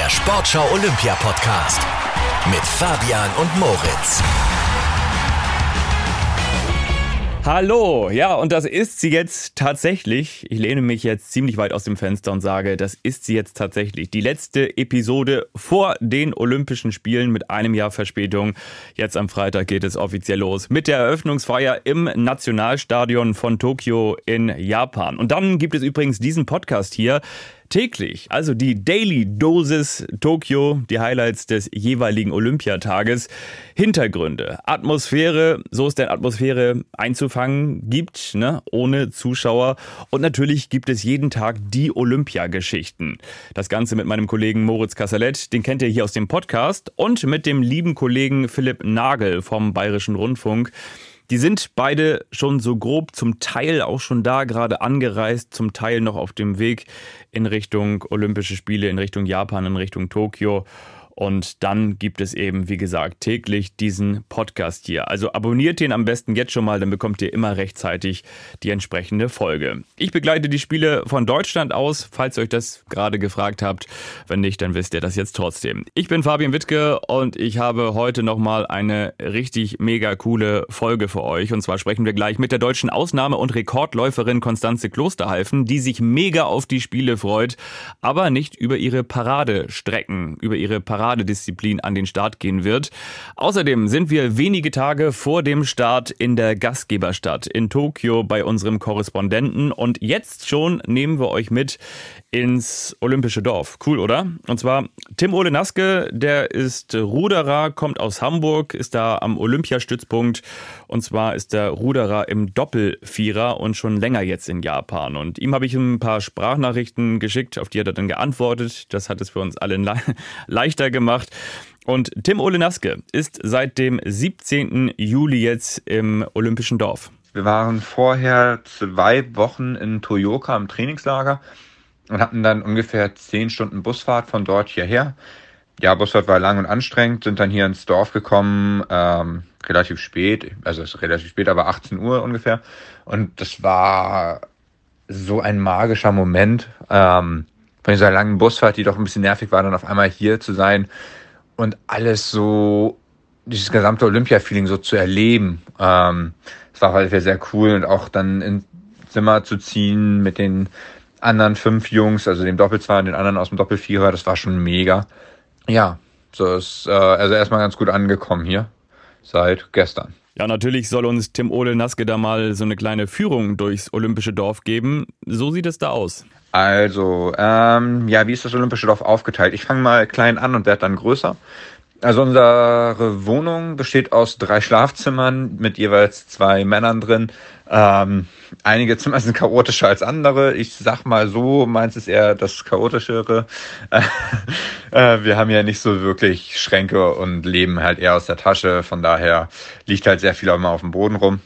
Der Sportschau Olympia Podcast mit Fabian und Moritz. Hallo, ja, und das ist sie jetzt tatsächlich. Ich lehne mich jetzt ziemlich weit aus dem Fenster und sage, das ist sie jetzt tatsächlich. Die letzte Episode vor den Olympischen Spielen mit einem Jahr Verspätung. Jetzt am Freitag geht es offiziell los mit der Eröffnungsfeier im Nationalstadion von Tokio in Japan. Und dann gibt es übrigens diesen Podcast hier täglich, also die Daily Dosis Tokio, die Highlights des jeweiligen Olympiatages, Hintergründe, Atmosphäre, so es denn Atmosphäre einzufangen gibt, ne, ohne Zuschauer. Und natürlich gibt es jeden Tag die Olympiageschichten. Das Ganze mit meinem Kollegen Moritz Kasserlet, den kennt ihr hier aus dem Podcast, und mit dem lieben Kollegen Philipp Nagel vom Bayerischen Rundfunk. Die sind beide schon so grob zum Teil auch schon da gerade angereist, zum Teil noch auf dem Weg in Richtung Olympische Spiele, in Richtung Japan, in Richtung Tokio. Und dann gibt es eben, wie gesagt, täglich diesen Podcast hier. Also abonniert den am besten jetzt schon mal, dann bekommt ihr immer rechtzeitig die entsprechende Folge. Ich begleite die Spiele von Deutschland aus, falls ihr euch das gerade gefragt habt. Wenn nicht, dann wisst ihr das jetzt trotzdem. Ich bin Fabian Wittke und ich habe heute nochmal eine richtig mega coole Folge für euch. Und zwar sprechen wir gleich mit der deutschen Ausnahme- und Rekordläuferin Constanze Klosterhalfen, die sich mega auf die Spiele freut, aber nicht über ihre Paradestrecken, über ihre Paradedisziplin an den Start gehen wird. Außerdem sind wir wenige Tage vor dem Start in der Gastgeberstadt in Tokio bei unserem Korrespondenten, und jetzt schon nehmen wir euch mit ins Olympische Dorf. Cool, oder? Und zwar Tim-Ole Naske, der ist Ruderer, kommt aus Hamburg, ist da am Olympiastützpunkt, und zwar ist der Ruderer im Doppelvierer und schon länger jetzt in Japan. Und ihm habe ich ein paar Sprachnachrichten geschickt, auf die hat er dann geantwortet. Das hat es für uns alle leichter gemacht. Und Tim-Ole Naske ist seit dem 17. Juli jetzt im Olympischen Dorf. Wir waren vorher 2 Wochen in Toyooka im Trainingslager und hatten dann ungefähr 10 Stunden Busfahrt von dort hierher. Ja, Busfahrt war lang und anstrengend, sind dann hier ins Dorf gekommen, relativ spät, also es ist relativ spät, aber 18 Uhr ungefähr. Und das war so ein magischer Moment, von dieser langen Busfahrt, die doch ein bisschen nervig war, dann auf einmal hier zu sein und alles so, dieses gesamte Olympia-Feeling so zu erleben. Es war halt sehr cool, und auch dann ins Zimmer zu ziehen mit den anderen 5 Jungs, also dem Doppelzweier und den anderen aus dem Doppelvierer, das war schon mega. Ja, so ist also erstmal ganz gut angekommen hier seit gestern. Ja, natürlich soll uns Tim-Ole Naske da mal so eine kleine Führung durchs Olympische Dorf geben. So sieht es da aus. Also, wie ist das Olympische Dorf aufgeteilt? Ich fange mal klein an und werde dann größer. Also unsere Wohnung besteht aus 3 Schlafzimmern mit jeweils 2 Männern drin. Einige Zimmer sind chaotischer als andere. Ich sag mal so, meins ist eher das Chaotischere. Wir haben ja nicht so wirklich Schränke und leben halt eher aus der Tasche. Von daher liegt halt sehr viel auch mal auf dem Boden rum.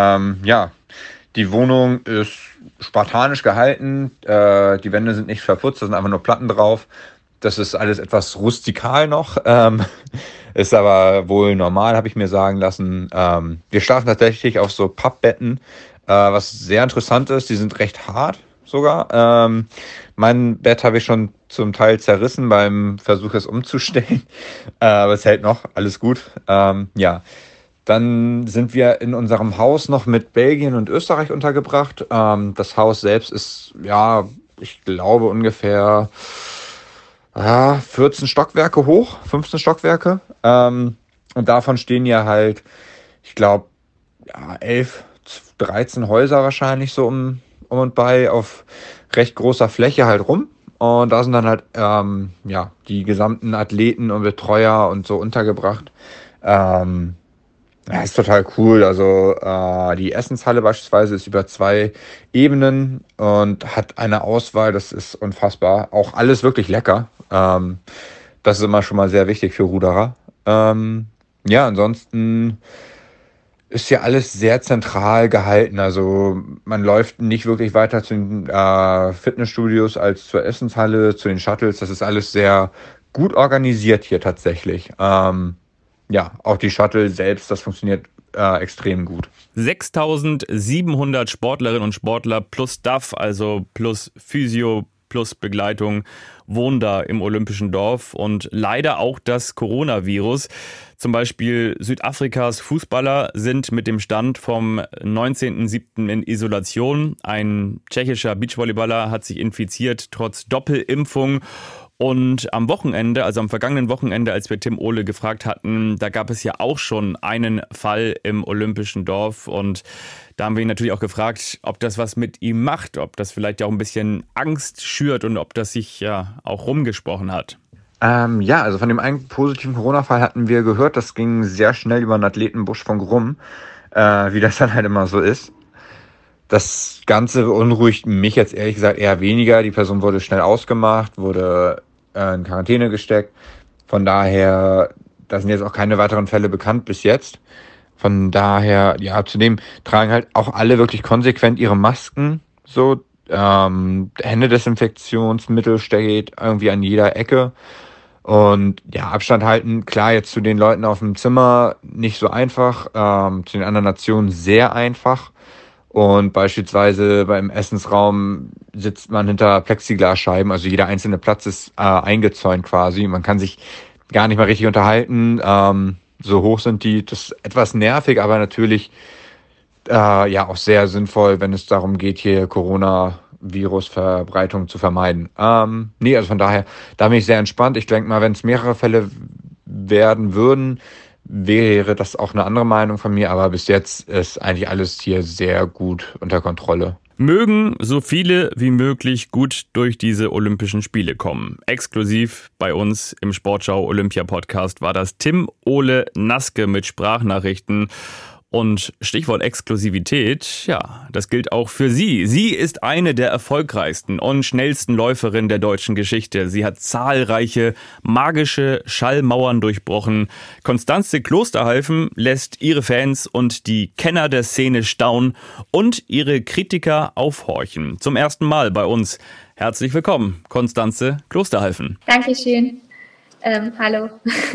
Die Wohnung ist spartanisch gehalten. Die Wände sind nicht verputzt, da sind einfach nur Platten drauf. Das ist alles etwas rustikal noch, ist aber wohl normal, habe ich mir sagen lassen. Wir schlafen tatsächlich auf so Pappbetten, was sehr interessant ist. Die sind recht hart sogar. Mein Bett habe ich schon zum Teil zerrissen beim Versuch, es umzustellen, aber es hält noch, alles gut. Dann sind wir in unserem Haus noch mit Belgien und Österreich untergebracht. Das Haus selbst ist, ich glaube ungefähr 14 Stockwerke hoch, 15 Stockwerke. Und davon stehen ja halt, ich glaube, 11, 13 Häuser wahrscheinlich so um und bei auf recht großer Fläche halt rum. Und da sind dann halt die gesamten Athleten und Betreuer und so untergebracht. Ist total cool. Also die Essenshalle beispielsweise ist über 2 Ebenen und hat eine Auswahl, das ist unfassbar. Auch alles wirklich lecker. Das ist immer schon mal sehr wichtig für Ruderer. Ansonsten ist ja alles sehr zentral gehalten. Also man läuft nicht wirklich weiter zu den Fitnessstudios als zur Essenshalle, zu den Shuttles. Das ist alles sehr gut organisiert hier tatsächlich. Auch die Shuttle selbst, das funktioniert extrem gut. 6.700 Sportlerinnen und Sportler plus Staff, also plus Physio, plus Begleitung wohnen da im Olympischen Dorf und leider auch das Coronavirus. Zum Beispiel Südafrikas Fußballer sind mit dem Stand vom 19.07. in Isolation. Ein tschechischer Beachvolleyballer hat sich infiziert, trotz Doppelimpfung. Und am Wochenende, also am vergangenen Wochenende, als wir Tim Ohle gefragt hatten, da gab es ja auch schon einen Fall im Olympischen Dorf. Und da haben wir ihn natürlich auch gefragt, ob das was mit ihm macht, ob das vielleicht auch ein bisschen Angst schürt und ob das sich ja auch rumgesprochen hat. Also von dem einen positiven Corona-Fall hatten wir gehört, das ging sehr schnell über einen Athletenbusch von Grumm, wie das dann halt immer so ist. Das Ganze beunruhigt mich jetzt ehrlich gesagt eher weniger. Die Person wurde schnell ausgemacht, wurde in Quarantäne gesteckt. Von daher, da sind jetzt auch keine weiteren Fälle bekannt bis jetzt. Von daher, ja, zudem tragen halt auch alle wirklich konsequent ihre Masken. So, Händedesinfektionsmittel steht irgendwie an jeder Ecke. Und ja, Abstand halten, klar, jetzt zu den Leuten auf dem Zimmer nicht so einfach, zu den anderen Nationen sehr einfach. Und beispielsweise beim Essensraum sitzt man hinter Plexiglasscheiben, also jeder einzelne Platz ist eingezäunt quasi. Man kann sich gar nicht mal richtig unterhalten. So hoch sind die. Das ist etwas nervig, aber natürlich auch sehr sinnvoll, wenn es darum geht, hier Coronavirus-Verbreitung zu vermeiden. Also von daher, da bin ich sehr entspannt. Ich denke mal, wenn es mehrere Fälle werden würden, wäre das auch eine andere Meinung von mir, aber bis jetzt ist eigentlich alles hier sehr gut unter Kontrolle. Mögen so viele wie möglich gut durch diese Olympischen Spiele kommen. Exklusiv bei uns im Sportschau Olympia Podcast war das Tim Ole Naske mit Sprachnachrichten. Und Stichwort Exklusivität, ja, das gilt auch für sie. Sie ist eine der erfolgreichsten und schnellsten Läuferinnen der deutschen Geschichte. Sie hat zahlreiche magische Schallmauern durchbrochen. Constanze Klosterhalfen lässt ihre Fans und die Kenner der Szene staunen und ihre Kritiker aufhorchen. Zum ersten Mal bei uns. Herzlich willkommen, Constanze Klosterhalfen. Dankeschön. Hallo.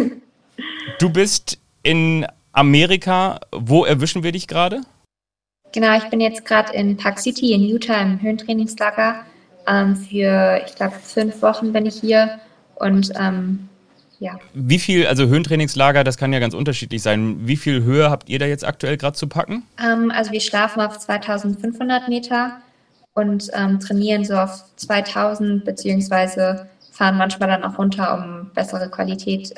Du bist in Amerika, wo erwischen wir dich gerade? Genau, ich bin jetzt gerade in Park City in Utah im Höhentrainingslager. Für, ich glaube, 5 Wochen bin ich hier und ja. Wie viel, also Höhentrainingslager, das kann ja ganz unterschiedlich sein. Wie viel Höhe habt ihr da jetzt aktuell gerade zu packen? Also wir schlafen auf 2500 Meter und trainieren so auf 2000 beziehungsweise fahren manchmal dann auch runter, um bessere Qualität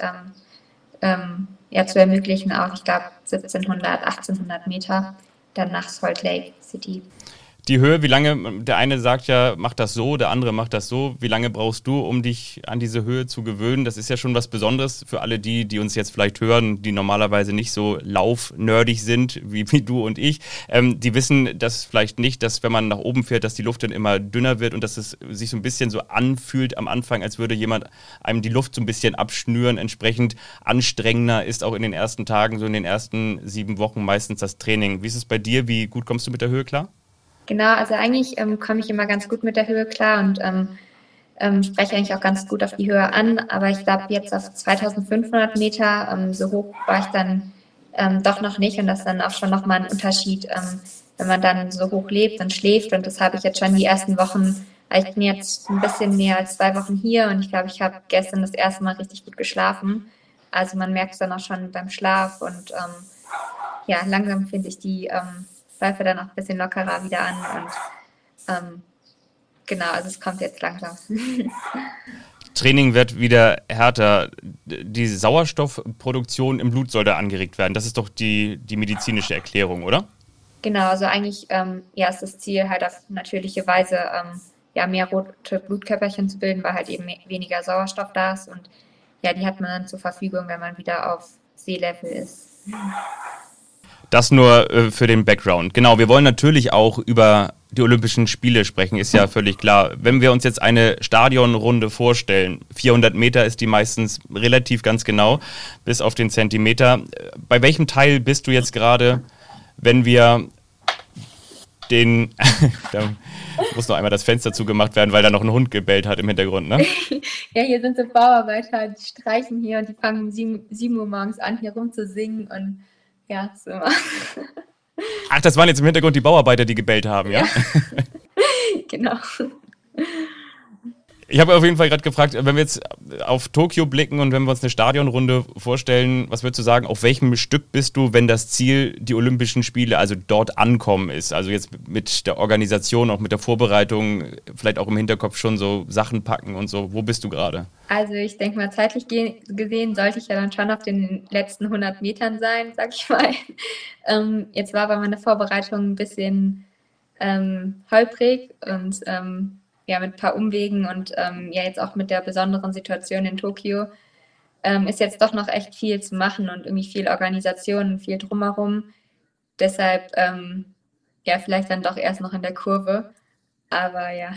zu ermöglichen, auch ich glaube 1700, 1800 Meter, dann nach Salt Lake City. Die Höhe, wie lange, der eine sagt ja, mach das so, der andere macht das so. Wie lange brauchst du, um dich an diese Höhe zu gewöhnen? Das ist ja schon was Besonderes für alle die uns jetzt vielleicht hören, die normalerweise nicht so laufnerdig sind, wie du und ich. Die wissen das vielleicht nicht, dass wenn man nach oben fährt, dass die Luft dann immer dünner wird und dass es sich so ein bisschen so anfühlt am Anfang, als würde jemand einem die Luft so ein bisschen abschnüren. Entsprechend anstrengender ist auch in den ersten Tagen, so in den ersten 7 Wochen meistens das Training. Wie ist es bei dir? Wie gut kommst du mit der Höhe klar? Genau, also eigentlich komme ich immer ganz gut mit der Höhe klar und spreche eigentlich auch ganz gut auf die Höhe an, aber ich glaube jetzt auf 2500 Meter, so hoch war ich dann doch noch nicht und das ist dann auch schon nochmal ein Unterschied, wenn man dann so hoch lebt und schläft und das habe ich jetzt schon die ersten Wochen, ich bin jetzt ein bisschen mehr als 2 Wochen hier und ich glaube, ich habe gestern das erste Mal richtig gut geschlafen, also man merkt es dann auch schon beim Schlaf und langsam finde ich die Läufe dann auch ein bisschen lockerer wieder an und also es kommt jetzt langsam. Training wird wieder härter. Die Sauerstoffproduktion im Blut soll da angeregt werden. Das ist doch die medizinische Erklärung, oder? Genau, also eigentlich ist das Ziel halt auf natürliche Weise mehr rote Blutkörperchen zu bilden, weil halt eben weniger Sauerstoff da ist und ja, die hat man dann zur Verfügung, wenn man wieder auf Seelevel ist. Das nur für den Background. Genau, wir wollen natürlich auch über die Olympischen Spiele sprechen, ist ja völlig klar. Wenn wir uns jetzt eine Stadionrunde vorstellen, 400 Meter ist die meistens relativ ganz genau, bis auf den Zentimeter. Bei welchem Teil bist du jetzt gerade, wenn wir den... Da muss noch einmal das Fenster zugemacht werden, weil da noch ein Hund gebellt hat im Hintergrund, ne? Ja, hier sind so Bauarbeiter, die streichen hier und die fangen um 7 Uhr morgens an, hier rum zu singen und ja, so. Ach, das waren jetzt im Hintergrund die Bauarbeiter, die gebellt haben, ja? Genau. Ich habe auf jeden Fall gerade gefragt, wenn wir jetzt auf Tokio blicken und wenn wir uns eine Stadionrunde vorstellen, was würdest du sagen, auf welchem Stück bist du, wenn das Ziel die Olympischen Spiele, also dort ankommen ist? Also jetzt mit der Organisation, auch mit der Vorbereitung, vielleicht auch im Hinterkopf schon so Sachen packen und so. Wo bist du gerade? Also ich denke mal, zeitlich gesehen sollte ich ja dann schon auf den letzten 100 Metern sein, sag ich mal. Jetzt war aber meine Vorbereitung ein bisschen holprig und ja, mit ein paar Umwegen und ja, jetzt auch mit der besonderen Situation in Tokio ist jetzt doch noch echt viel zu machen und irgendwie viel Organisation und viel drumherum. Deshalb ja, vielleicht dann doch erst noch in der Kurve. Aber ja.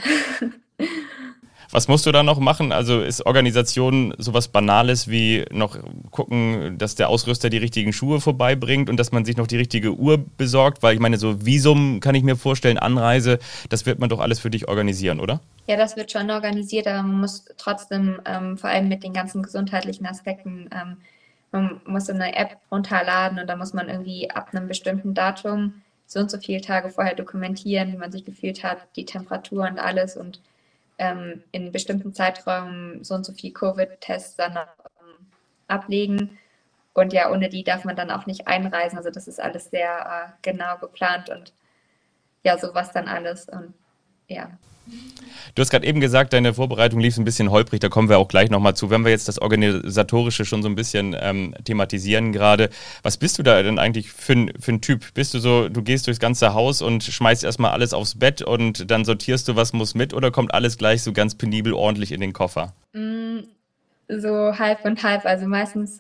Was musst du da noch machen? Also ist Organisation sowas Banales wie noch gucken, dass der Ausrüster die richtigen Schuhe vorbeibringt und dass man sich noch die richtige Uhr besorgt? Weil ich meine, so Visum kann ich mir vorstellen, Anreise, das wird man doch alles für dich organisieren, oder? Ja, das wird schon organisiert, aber man muss trotzdem, vor allem mit den ganzen gesundheitlichen Aspekten, man muss so eine App runterladen und da muss man irgendwie ab einem bestimmten Datum so und so viele Tage vorher dokumentieren, wie man sich gefühlt hat, die Temperatur und alles und in bestimmten Zeiträumen so und so viel Covid-Tests dann ablegen. Und ja, ohne die darf man dann auch nicht einreisen. Also das ist alles sehr genau geplant und ja, sowas dann alles. Und ja. Du hast gerade eben gesagt, deine Vorbereitung lief ein bisschen holprig, da kommen wir auch gleich nochmal zu. Wenn wir jetzt das Organisatorische schon so ein bisschen thematisieren gerade, was bist du da denn eigentlich für ein Typ? Bist du so, du gehst durchs ganze Haus und schmeißt erstmal alles aufs Bett und dann sortierst du, was muss mit, oder kommt alles gleich so ganz penibel ordentlich in den Koffer? So halb und halb, also meistens,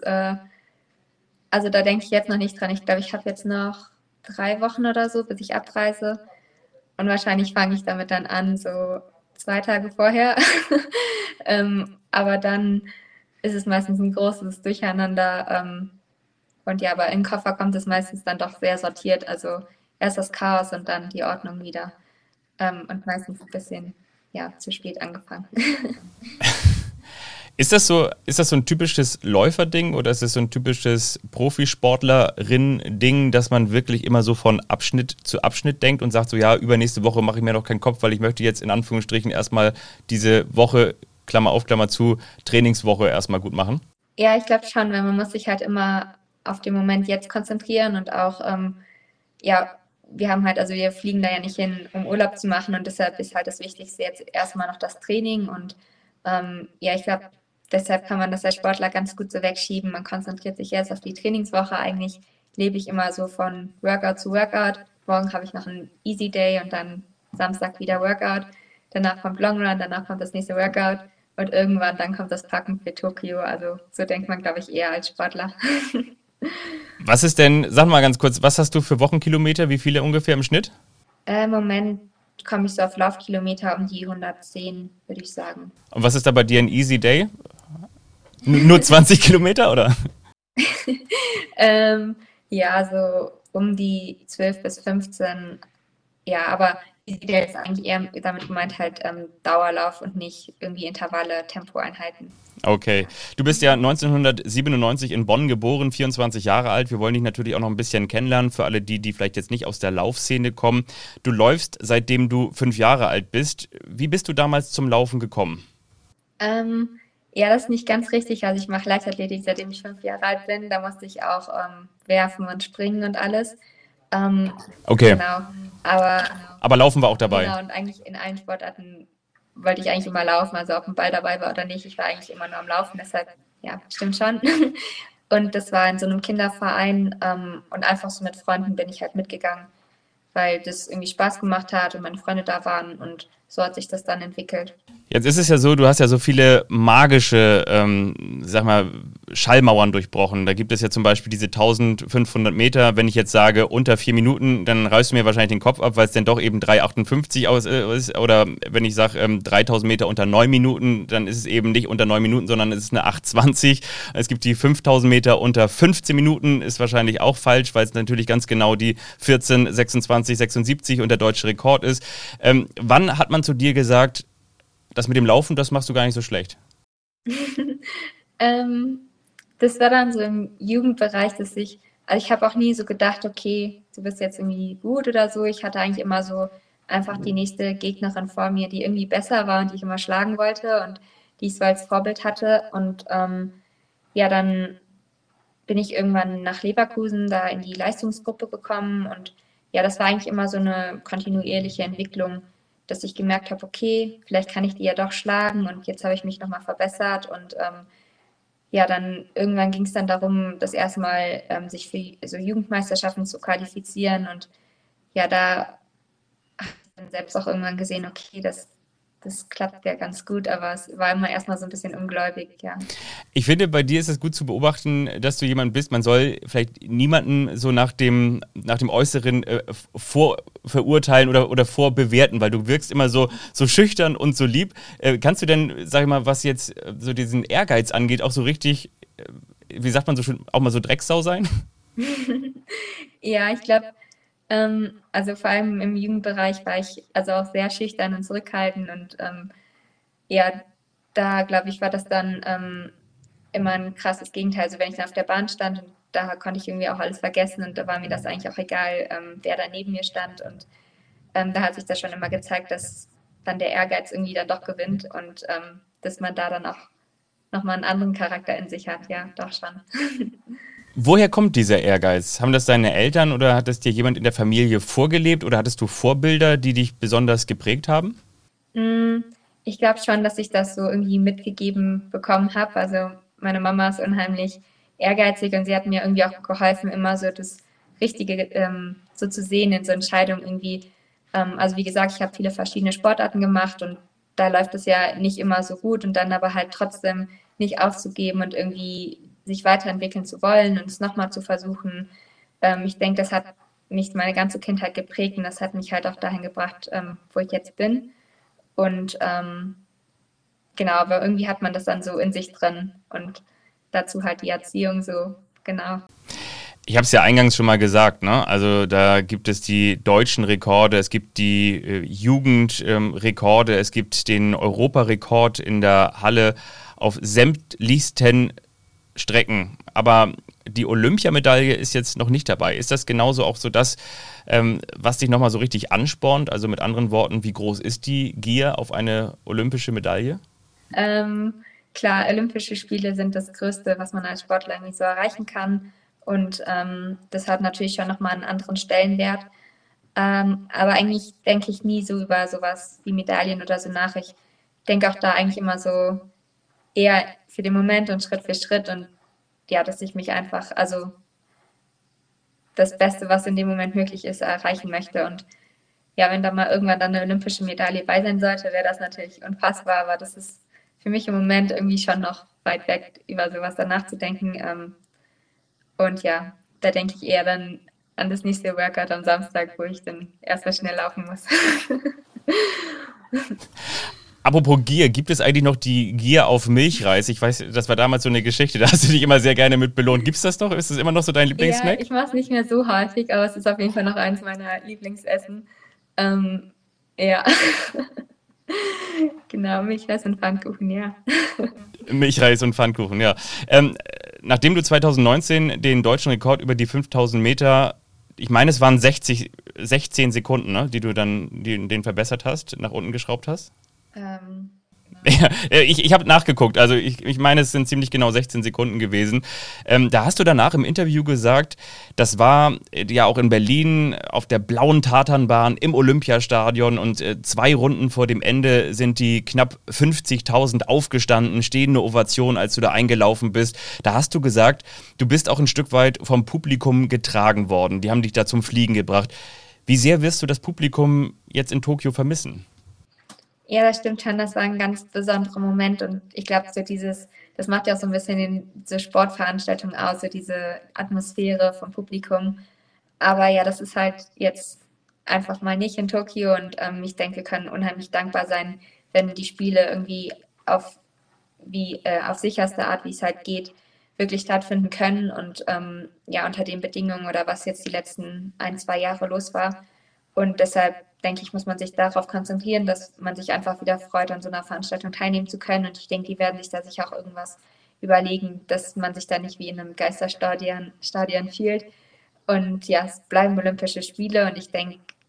also da denke ich jetzt noch nicht dran. Ich glaube, ich habe jetzt noch 3 Wochen oder so, bis ich abreise. Und wahrscheinlich fange ich damit dann an, so 2 Tage vorher. Aber dann ist es meistens ein großes Durcheinander. Und ja, aber im Koffer kommt es meistens dann doch sehr sortiert. Also erst das Chaos und dann die Ordnung wieder. Und meistens ein bisschen ja, zu spät angefangen. Ist das so ein typisches Läuferding oder ist es so ein typisches Profisportlerin-Ding, dass man wirklich immer so von Abschnitt zu Abschnitt denkt und sagt so, ja, übernächste Woche mache ich mir noch keinen Kopf, weil ich möchte jetzt in Anführungsstrichen erstmal diese Woche, Klammer auf, Klammer zu, Trainingswoche erstmal gut machen? Ja, ich glaube schon, weil man muss sich halt immer auf den Moment jetzt konzentrieren und auch, ja, wir haben halt, also wir fliegen da ja nicht hin, um Urlaub zu machen und deshalb ist halt das Wichtigste jetzt erstmal noch das Training und ja, ich glaube, deshalb kann man das als Sportler ganz gut so wegschieben. Man konzentriert sich erst auf die Trainingswoche. Eigentlich lebe ich immer so von Workout zu Workout. Morgen habe ich noch einen Easy Day und dann Samstag wieder Workout. Danach kommt Long Run, danach kommt das nächste Workout und irgendwann dann kommt das Packen für Tokio. Also so denkt man, glaube ich, eher als Sportler. Was ist denn, sag mal ganz kurz, was hast du für Wochenkilometer? Wie viele ungefähr im Schnitt? Im Moment komme ich so auf Laufkilometer um die 110, würde ich sagen. Und was ist da bei dir ein Easy Day? Nur 20 Kilometer, oder? Ja, so um die 12 bis 15. Ja, aber Easy Day ist eigentlich eher damit gemeint halt Dauerlauf und nicht irgendwie Intervalle, Tempoeinheiten. Okay. Du bist ja 1997 in Bonn geboren, 24 Jahre alt. Wir wollen dich natürlich auch noch ein bisschen kennenlernen, für alle die vielleicht jetzt nicht aus der Laufszene kommen. Du läufst, seitdem du 5 Jahre alt bist. Wie bist du damals zum Laufen gekommen? Ja, das ist nicht ganz richtig. Also ich mache Leichtathletik, seitdem ich 5 Jahre alt bin. Da musste ich auch werfen und springen und alles. Okay. Genau. Aber Laufen war auch dabei. Genau, und eigentlich in allen Sportarten wollte ich eigentlich immer laufen, also ob ein Ball dabei war oder nicht, ich war eigentlich immer nur am Laufen, deshalb, ja, stimmt schon. Und das war in so einem Kinderverein und einfach so mit Freunden bin ich halt mitgegangen, weil das irgendwie Spaß gemacht hat und meine Freunde da waren und so hat sich das dann entwickelt. Jetzt ist es ja so, du hast ja so viele magische, sag mal, Schallmauern durchbrochen. Da gibt es ja zum Beispiel diese 1500 Meter. Wenn ich jetzt sage, unter 4 Minuten, dann reißt du mir wahrscheinlich den Kopf ab, weil es dann doch eben 3,58 aus ist. Oder wenn ich sage, 3000 Meter unter 9 Minuten, dann ist es eben nicht unter 9 Minuten, sondern es ist eine 8,20. Es gibt die 5000 Meter unter 15 Minuten, ist wahrscheinlich auch falsch, weil es natürlich ganz genau die 14, 26, 76 und der deutsche Rekord ist. Wann hat man zu dir gesagt, das mit dem Laufen, das machst du gar nicht so schlecht? Das war dann so im Jugendbereich, also ich habe auch nie so gedacht, okay, du bist jetzt irgendwie gut oder so. Ich hatte eigentlich immer so einfach die nächste Gegnerin vor mir, die irgendwie besser war und die ich immer schlagen wollte und die ich so als Vorbild hatte. Und ja, dann bin ich irgendwann nach Leverkusen da in die Leistungsgruppe gekommen und ja, das war eigentlich immer so eine kontinuierliche Entwicklung, dass ich gemerkt habe, okay, vielleicht kann ich die ja doch schlagen und jetzt habe ich mich nochmal verbessert und ja, dann irgendwann ging es dann darum, das erste Mal sich für so Jugendmeisterschaften zu qualifizieren und ja, da habe ich dann selbst auch irgendwann gesehen, okay, das klappt ja ganz gut, aber es war immer erstmal so ein bisschen ungläubig, ja. Ich finde, bei dir ist es gut zu beobachten, dass du jemand bist. Man soll vielleicht niemanden so nach dem Äußeren verurteilen oder vorbewerten, weil du wirkst immer so schüchtern und so lieb. Kannst du denn, sag ich mal, was jetzt so diesen Ehrgeiz angeht, auch so richtig, wie sagt man so schön, auch mal so Drecksau sein? Ja, ich glaube, also vor allem im Jugendbereich war ich also auch sehr schüchtern und zurückhaltend und ja, da glaube ich, war das dann immer ein krasses Gegenteil. Also wenn ich dann auf der Bahn stand und da konnte ich irgendwie auch alles vergessen und da war mir das eigentlich auch egal, wer da neben mir stand und da hat sich das schon immer gezeigt, dass dann der Ehrgeiz irgendwie dann doch gewinnt und dass man da dann auch nochmal einen anderen Charakter in sich hat. Ja, doch schon. Woher kommt dieser Ehrgeiz? Haben das deine Eltern oder hat das dir jemand in der Familie vorgelebt oder hattest du Vorbilder, die dich besonders geprägt haben? Ich glaube schon, dass ich das so irgendwie mitgegeben bekommen habe. Also meine Mama ist unheimlich ehrgeizig und sie hat mir irgendwie auch geholfen, immer so das Richtige so zu sehen in so Entscheidungen irgendwie. Also wie gesagt, ich habe viele verschiedene Sportarten gemacht und da läuft es ja nicht immer so gut und dann aber halt trotzdem nicht aufzugeben und irgendwie sich weiterentwickeln zu wollen und es nochmal zu versuchen. Ich denke, das hat mich meine ganze Kindheit geprägt und das hat mich halt auch dahin gebracht, wo ich jetzt bin. Und genau, aber irgendwie hat man das dann so in sich drin und dazu halt die Erziehung so, genau. Ich habe es ja eingangs schon mal gesagt, ne? Also da gibt es die deutschen Rekorde, es gibt die Jugendrekorde, es gibt den Europarekord in der Halle auf sämtlichsten Strecken. Aber die Olympiamedaille ist jetzt noch nicht dabei. Ist das genauso auch so das, was dich nochmal so richtig anspornt? Also mit anderen Worten, wie groß ist die Gier auf eine olympische Medaille? Klar, Olympische Spiele sind das Größte, was man als Sportler irgendwie so erreichen kann. Und das hat natürlich schon nochmal einen anderen Stellenwert. Aber eigentlich denke ich nie so über sowas wie Medaillen oder so nach. Ich denke auch da eigentlich immer so eher für den Moment und Schritt für Schritt und ja, dass ich mich einfach, also das Beste, was in dem Moment möglich ist, erreichen möchte. Und ja, wenn da mal irgendwann dann eine olympische Medaille bei sein sollte, wäre das natürlich unfassbar, aber das ist für mich im Moment irgendwie schon noch weit weg, über sowas dann nachzudenken. Und ja, da denke ich eher dann an das nächste Workout am Samstag, wo ich dann erstmal schnell laufen muss. Apropos Gier, gibt es eigentlich noch die Gier auf Milchreis? Ich weiß, das war damals so eine Geschichte, da hast du dich immer sehr gerne mit belohnt. Gibt es das noch? Ist das immer noch so dein Lieblingssnack? Ja, ich mache es nicht mehr so häufig, aber es ist auf jeden Fall noch eins meiner Lieblingsessen. Ja, genau, Milchreis und Pfannkuchen, ja. Milchreis und Pfannkuchen, ja. Nachdem du 2019 den deutschen Rekord über die 5000 Meter, ich meine, es waren 16 Sekunden, ne, die du dann den verbessert hast, nach unten geschraubt hast? Ja, ich habe nachgeguckt, also ich meine, es sind ziemlich genau 16 Sekunden gewesen. Da hast du danach im Interview gesagt, das war ja auch in Berlin auf der blauen Tatanbahn im Olympiastadion und 2 Runden vor dem Ende sind die knapp 50.000 aufgestanden, stehende Ovation, als du da eingelaufen bist. Da hast du gesagt, du bist auch ein Stück weit vom Publikum getragen worden. Die haben dich da zum Fliegen gebracht. Wie sehr wirst du das Publikum jetzt in Tokio vermissen? Ja, das stimmt schon. Das war ein ganz besonderer Moment und ich glaube, so das macht ja auch so ein bisschen so Sportveranstaltungen aus, so diese Atmosphäre vom Publikum. Aber ja, das ist halt jetzt einfach mal nicht in Tokio und ich denke, wir können unheimlich dankbar sein, wenn die Spiele irgendwie auf sicherste Art, wie es halt geht, wirklich stattfinden können und ja, unter den Bedingungen oder was jetzt die letzten 1, 2 Jahre los war. Und deshalb denke ich, muss man sich darauf konzentrieren, dass man sich einfach wieder freut, an so einer Veranstaltung teilnehmen zu können. Und ich denke, die werden sich da sicher auch irgendwas überlegen, dass man sich da nicht wie in einem Geisterstadion fühlt. Und ja, es bleiben Olympische Spiele und ich denke,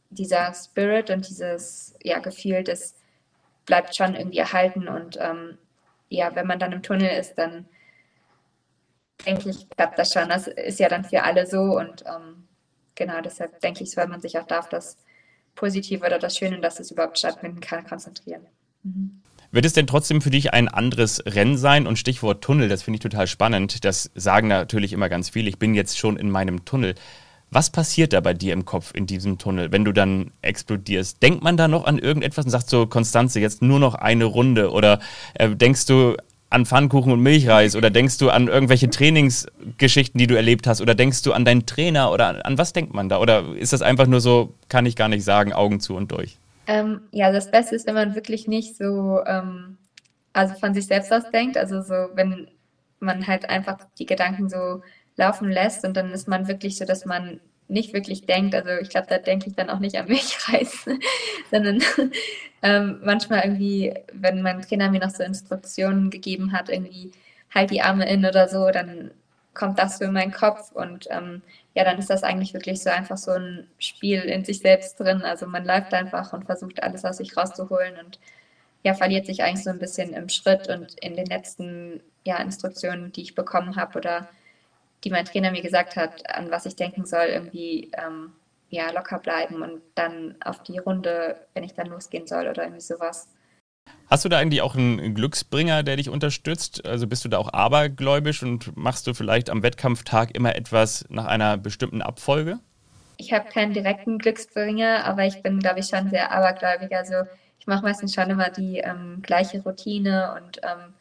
dieser Spirit und dieses Gefühl, das bleibt schon irgendwie erhalten. Und wenn man dann im Tunnel ist, dann denke ich, klappt das schon. Das ist ja dann für alle so. Und genau, deshalb denke ich, soll man sich auch da auf das Positive oder das Schöne, dass es überhaupt stattfinden kann, konzentrieren. Wird es denn trotzdem für dich ein anderes Rennen sein? Und Stichwort Tunnel, das finde ich total spannend. Das sagen natürlich immer ganz viele. Ich bin jetzt schon in meinem Tunnel. Was passiert da bei dir im Kopf in diesem Tunnel, wenn du dann explodierst? Denkt man da noch an irgendetwas und sagt so, Constanze, jetzt nur noch eine Runde? Oder denkst du an Pfannkuchen und Milchreis? Oder denkst du an irgendwelche Trainingsgeschichten, die du erlebt hast? Oder denkst du an deinen Trainer? Oder an was denkt man da? Oder ist das einfach nur so, kann ich gar nicht sagen, Augen zu und durch? Das Beste ist, wenn man wirklich nicht so von sich selbst aus denkt. Also so, wenn man halt einfach die Gedanken so laufen lässt und dann ist man wirklich so, dass man nicht wirklich denkt. Also ich glaube, da denke ich dann auch nicht an Milchreis, sondern manchmal irgendwie, wenn mein Trainer mir noch so Instruktionen gegeben hat, irgendwie halt die Arme in oder so, dann kommt das so in meinen Kopf und dann ist das eigentlich wirklich so einfach so ein Spiel in sich selbst drin. Also man läuft einfach und versucht alles aus sich rauszuholen und verliert sich eigentlich so ein bisschen im Schritt und in den letzten Instruktionen, die ich bekommen habe oder die mein Trainer mir gesagt hat, an was ich denken soll, irgendwie locker bleiben und dann auf die Runde, wenn ich dann losgehen soll oder irgendwie sowas. Hast du da eigentlich auch einen Glücksbringer, der dich unterstützt? Also bist du da auch abergläubisch und machst du vielleicht am Wettkampftag immer etwas nach einer bestimmten Abfolge? Ich habe keinen direkten Glücksbringer, aber ich bin, glaube ich, schon sehr abergläubig. Also ich mache meistens schon immer die gleiche Routine und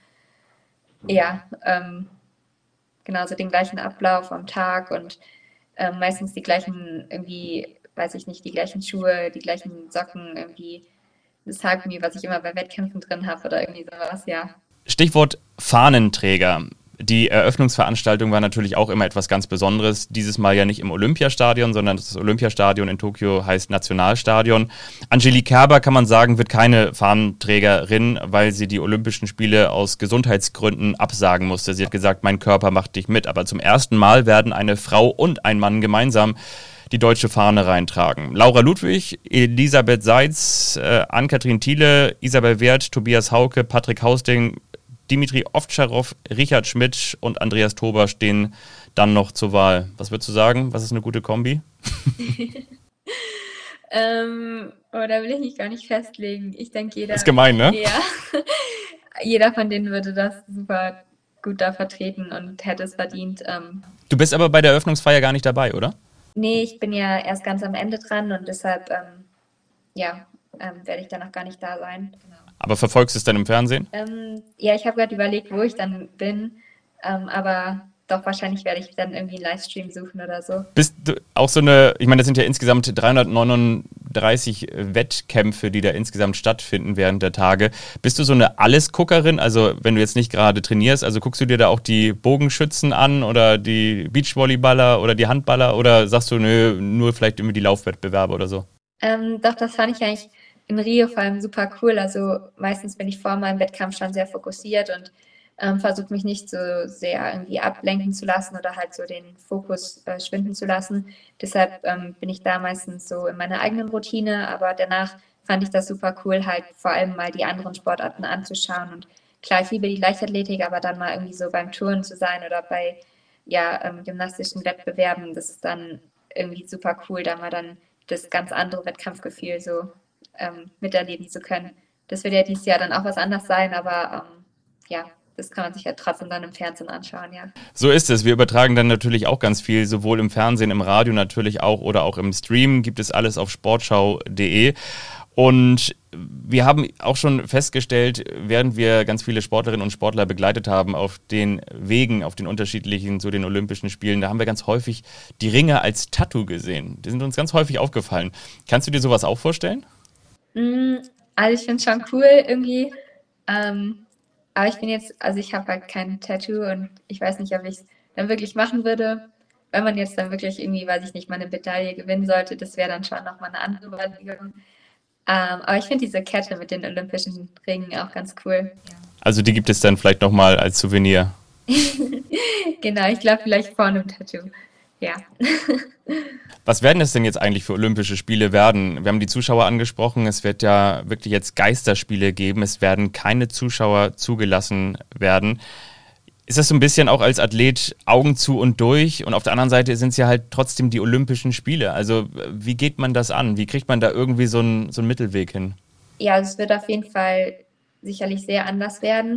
genauso den gleichen Ablauf am Tag und meistens die gleichen irgendwie, weiß ich nicht, die gleichen Schuhe, die gleichen Socken, irgendwie das Haargummi, was ich immer bei Wettkämpfen drin habe oder irgendwie sowas, ja. Stichwort Fahnenträger. Die Eröffnungsveranstaltung war natürlich auch immer etwas ganz Besonderes. Dieses Mal ja nicht im Olympiastadion, sondern das Olympiastadion in Tokio heißt Nationalstadion. Angelique Kerber, kann man sagen, wird keine Fahnenträgerin, weil sie die Olympischen Spiele aus Gesundheitsgründen absagen musste. Sie hat gesagt, mein Körper macht dich mit. Aber zum ersten Mal werden eine Frau und ein Mann gemeinsam die deutsche Fahne reintragen. Laura Ludwig, Elisabeth Seitz, Ann-Kathrin Thiele, Isabel Werth, Tobias Hauke, Patrick Hausding, Dimitri Ovtcharov, Richard Schmidt und Andreas Tober stehen dann noch zur Wahl. Was würdest du sagen? Was ist eine gute Kombi? Da will ich mich gar nicht festlegen. Ich denke, jeder... Das ist gemein, ne? Ja. Jeder von denen würde das super gut da vertreten und hätte es verdient. Du bist aber bei der Eröffnungsfeier gar nicht dabei, oder? Nee, ich bin ja erst ganz am Ende dran und deshalb werde ich dann noch gar nicht da sein. Genau. Aber verfolgst du es dann im Fernsehen? Ich habe gerade überlegt, wo ich dann bin, aber doch wahrscheinlich werde ich dann irgendwie einen Livestream suchen oder so. Bist du auch so eine, ich meine, das sind ja insgesamt 339 Wettkämpfe, die da insgesamt stattfinden während der Tage. Bist du so eine Allesguckerin? Also wenn du jetzt nicht gerade trainierst, also guckst du dir da auch die Bogenschützen an oder die Beachvolleyballer oder die Handballer oder sagst du, nö, nur vielleicht irgendwie die Laufwettbewerbe oder so? Doch, das fand ich eigentlich in Rio vor allem super cool. Also meistens bin ich vor meinem Wettkampf schon sehr fokussiert und versuche mich nicht so sehr irgendwie ablenken zu lassen oder halt so den Fokus schwinden zu lassen. Deshalb bin ich da meistens so in meiner eigenen Routine, aber danach fand ich das super cool, halt vor allem mal die anderen Sportarten anzuschauen. Und klar, ich liebe die Leichtathletik, aber dann mal irgendwie so beim Touren zu sein oder bei gymnastischen Wettbewerben, das ist dann irgendwie super cool, da mal dann das ganz andere Wettkampfgefühl so miterleben zu können. Das wird ja dieses Jahr dann auch was anderes sein, aber das kann man sich ja trotzdem dann im Fernsehen anschauen, ja. So ist es. Wir übertragen dann natürlich auch ganz viel, sowohl im Fernsehen, im Radio natürlich auch oder auch im Stream. Gibt es alles auf sportschau.de. Und wir haben auch schon festgestellt, während wir ganz viele Sportlerinnen und Sportler begleitet haben auf den Wegen, auf den unterschiedlichen, zu den Olympischen Spielen, da haben wir ganz häufig die Ringe als Tattoo gesehen. Die sind uns ganz häufig aufgefallen. Kannst du dir sowas auch vorstellen? Also ich finde es schon cool irgendwie. Aber ich bin jetzt, also ich habe halt kein Tattoo und ich weiß nicht, ob ich es dann wirklich machen würde. Wenn man jetzt dann wirklich irgendwie, weiß ich nicht, mal eine Medaille gewinnen sollte, das wäre dann schon nochmal eine andere Überlegung. Aber ich finde diese Kette mit den olympischen Ringen auch ganz cool. Ja. Also die gibt es dann vielleicht nochmal als Souvenir? Genau, ich glaube vielleicht vor einem Tattoo. ja. Was werden es denn jetzt eigentlich für Olympische Spiele werden? Wir haben die Zuschauer angesprochen, es wird ja wirklich jetzt Geisterspiele geben, es werden keine Zuschauer zugelassen werden. Ist das so ein bisschen auch als Athlet Augen zu und durch? Und auf der anderen Seite sind es ja halt trotzdem die Olympischen Spiele. Also wie geht man das an? Wie kriegt man da irgendwie so einen Mittelweg hin? Ja, also es wird auf jeden Fall sicherlich sehr anders werden.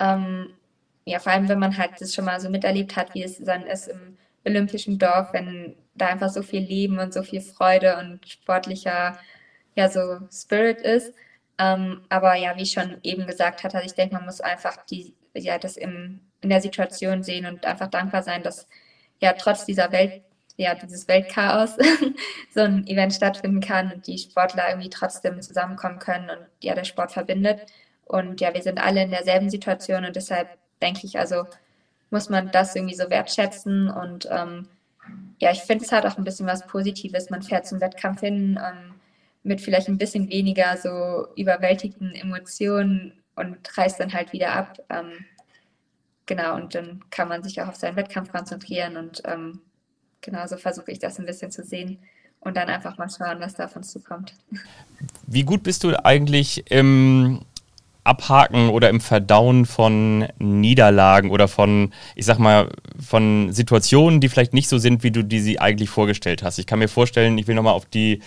Ja, vor allem, wenn man halt das schon mal so miterlebt hat, wie es dann ist im Olympischen Dorf, wenn da einfach so viel Leben und so viel Freude und sportlicher, ja, so Spirit ist. Aber ja, wie ich schon eben gesagt hatte, ich denke, man muss einfach das in der Situation sehen und einfach dankbar sein, dass ja trotz dieses Weltchaos so ein Event stattfinden kann und die Sportler irgendwie trotzdem zusammenkommen können und ja, der Sport verbindet. Und ja, wir sind alle in derselben Situation und deshalb denke ich, also muss man das irgendwie so wertschätzen und ja, ich finde, es hat auch ein bisschen was Positives. Man fährt zum Wettkampf hin mit vielleicht ein bisschen weniger so überwältigten Emotionen und reist dann halt wieder ab. Genau, und dann kann man sich auch auf seinen Wettkampf konzentrieren und genau so versuche ich das ein bisschen zu sehen und dann einfach mal schauen, was da auf uns zukommt. Wie gut bist du eigentlich im Abhaken oder im Verdauen von Niederlagen oder von, ich sag mal, von Situationen, die vielleicht nicht so sind, wie du die sie eigentlich vorgestellt hast? Ich kann mir vorstellen, ich will nochmal auf die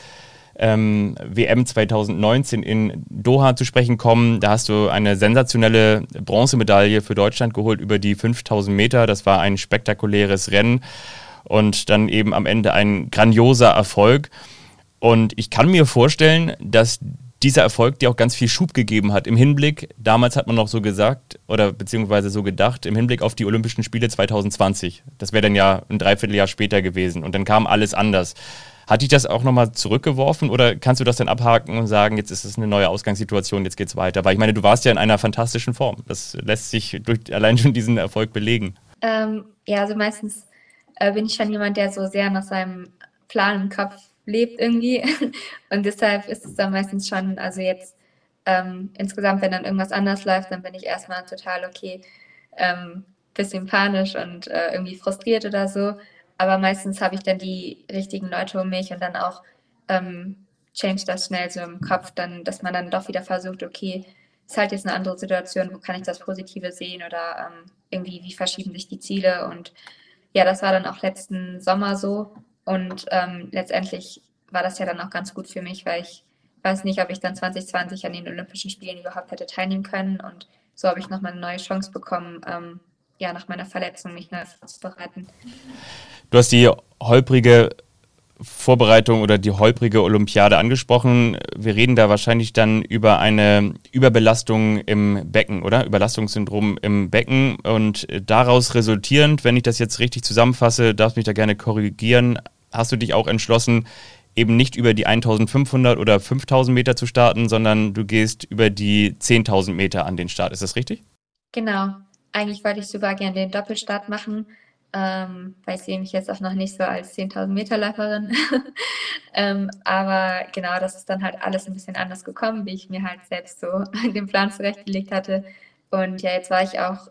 WM 2019 in Doha zu sprechen kommen. Da hast du eine sensationelle Bronzemedaille für Deutschland geholt über die 5000 Meter. Das war ein spektakuläres Rennen und dann eben am Ende ein grandioser Erfolg. Und ich kann mir vorstellen, dass dieser Erfolg dir auch ganz viel Schub gegeben hat im Hinblick, damals hat man noch so gesagt oder beziehungsweise so gedacht, im Hinblick auf die Olympischen Spiele 2020. Das wäre dann ja ein Dreivierteljahr später gewesen und dann kam alles anders. Hat dich das auch nochmal zurückgeworfen oder kannst du das dann abhaken und sagen, jetzt ist es eine neue Ausgangssituation, jetzt geht's weiter? Weil ich meine, du warst ja in einer fantastischen Form. Das lässt sich durch allein schon diesen Erfolg belegen. Ja, also meistens bin ich schon jemand, der so sehr nach seinem Plan im Kopf lebt irgendwie und deshalb ist es dann meistens schon, also jetzt insgesamt, wenn dann irgendwas anders läuft, dann bin ich erstmal total okay, bisschen panisch und irgendwie frustriert oder so. Aber meistens habe ich dann die richtigen Leute um mich und dann auch change das schnell so im Kopf, dann, dass man dann doch wieder versucht, okay, ist halt jetzt eine andere Situation, wo kann ich das Positive sehen oder irgendwie, wie verschieben sich die Ziele und ja, das war dann auch letzten Sommer so und letztendlich war das ja dann auch ganz gut für mich, weil ich weiß nicht, ob ich dann 2020 an den Olympischen Spielen überhaupt hätte teilnehmen können und so habe ich nochmal eine neue Chance bekommen, ja, nach meiner Verletzung mich neu vorzubereiten. Du hast die holprige Vorbereitung oder die holprige Olympiade angesprochen. Wir reden da wahrscheinlich dann über eine Überbelastung im Becken, oder? Überlastungssyndrom im Becken und daraus resultierend, wenn ich das jetzt richtig zusammenfasse, darfst mich da gerne korrigieren, hast du dich auch entschlossen, eben nicht über die 1500 oder 5000 Meter zu starten, sondern du gehst über die 10.000 Meter an den Start. Ist das richtig? Genau. Eigentlich wollte ich sogar gerne den Doppelstart machen, weil ich sehe mich jetzt auch noch nicht so als 10.000 Meter Läuferin. Aber genau, das ist dann halt alles ein bisschen anders gekommen, wie ich mir halt selbst so den Plan zurechtgelegt hatte. Und ja, jetzt war ich auch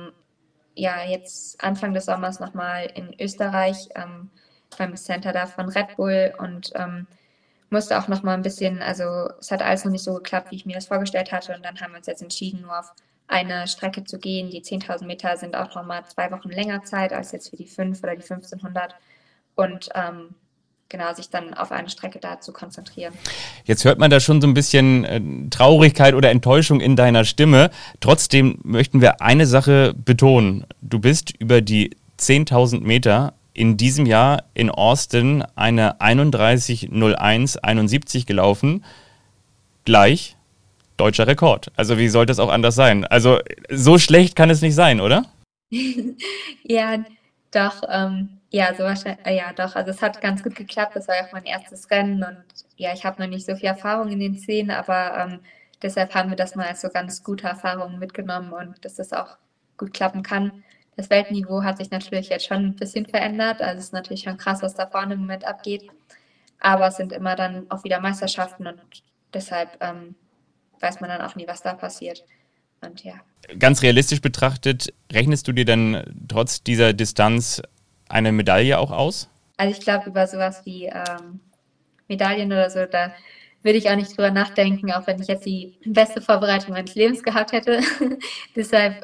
jetzt Anfang des Sommers nochmal in Österreich beim Center da von Red Bull und musste auch nochmal ein bisschen, also es hat alles noch nicht so geklappt, wie ich mir das vorgestellt hatte. Und dann haben wir uns jetzt entschieden, nur auf eine Strecke zu gehen. Die 10.000 Meter sind auch nochmal 2 Wochen länger Zeit als jetzt für die 5 oder die 1.500 und genau, sich dann auf eine Strecke da zu konzentrieren. Jetzt hört man da schon so ein bisschen Traurigkeit oder Enttäuschung in deiner Stimme. Trotzdem möchten wir eine Sache betonen. Du bist über die 10.000 Meter in diesem Jahr in Austin eine 31:01:71 gelaufen. Gleich deutscher Rekord. Also wie sollte es auch anders sein? Also so schlecht kann es nicht sein, oder? Ja, doch. Ja, so wahrscheinlich, ja, doch. Also es hat ganz gut geklappt. Das war ja auch mein erstes Rennen und ja, ich habe noch nicht so viel Erfahrung in den Szenen, aber deshalb haben wir das mal als so ganz gute Erfahrung mitgenommen und dass das auch gut klappen kann. Das Weltniveau hat sich natürlich jetzt schon ein bisschen verändert. Also es ist natürlich schon krass, was da vorne im Moment abgeht. Aber es sind immer dann auch wieder Meisterschaften und deshalb weiß man dann auch nie, was da passiert. Und ja. Ganz realistisch betrachtet, rechnest du dir dann trotz dieser Distanz eine Medaille auch aus? Also ich glaube, über sowas wie Medaillen oder so, da würde ich auch nicht drüber nachdenken, auch wenn ich jetzt die beste Vorbereitung meines Lebens gehabt hätte. Deshalb,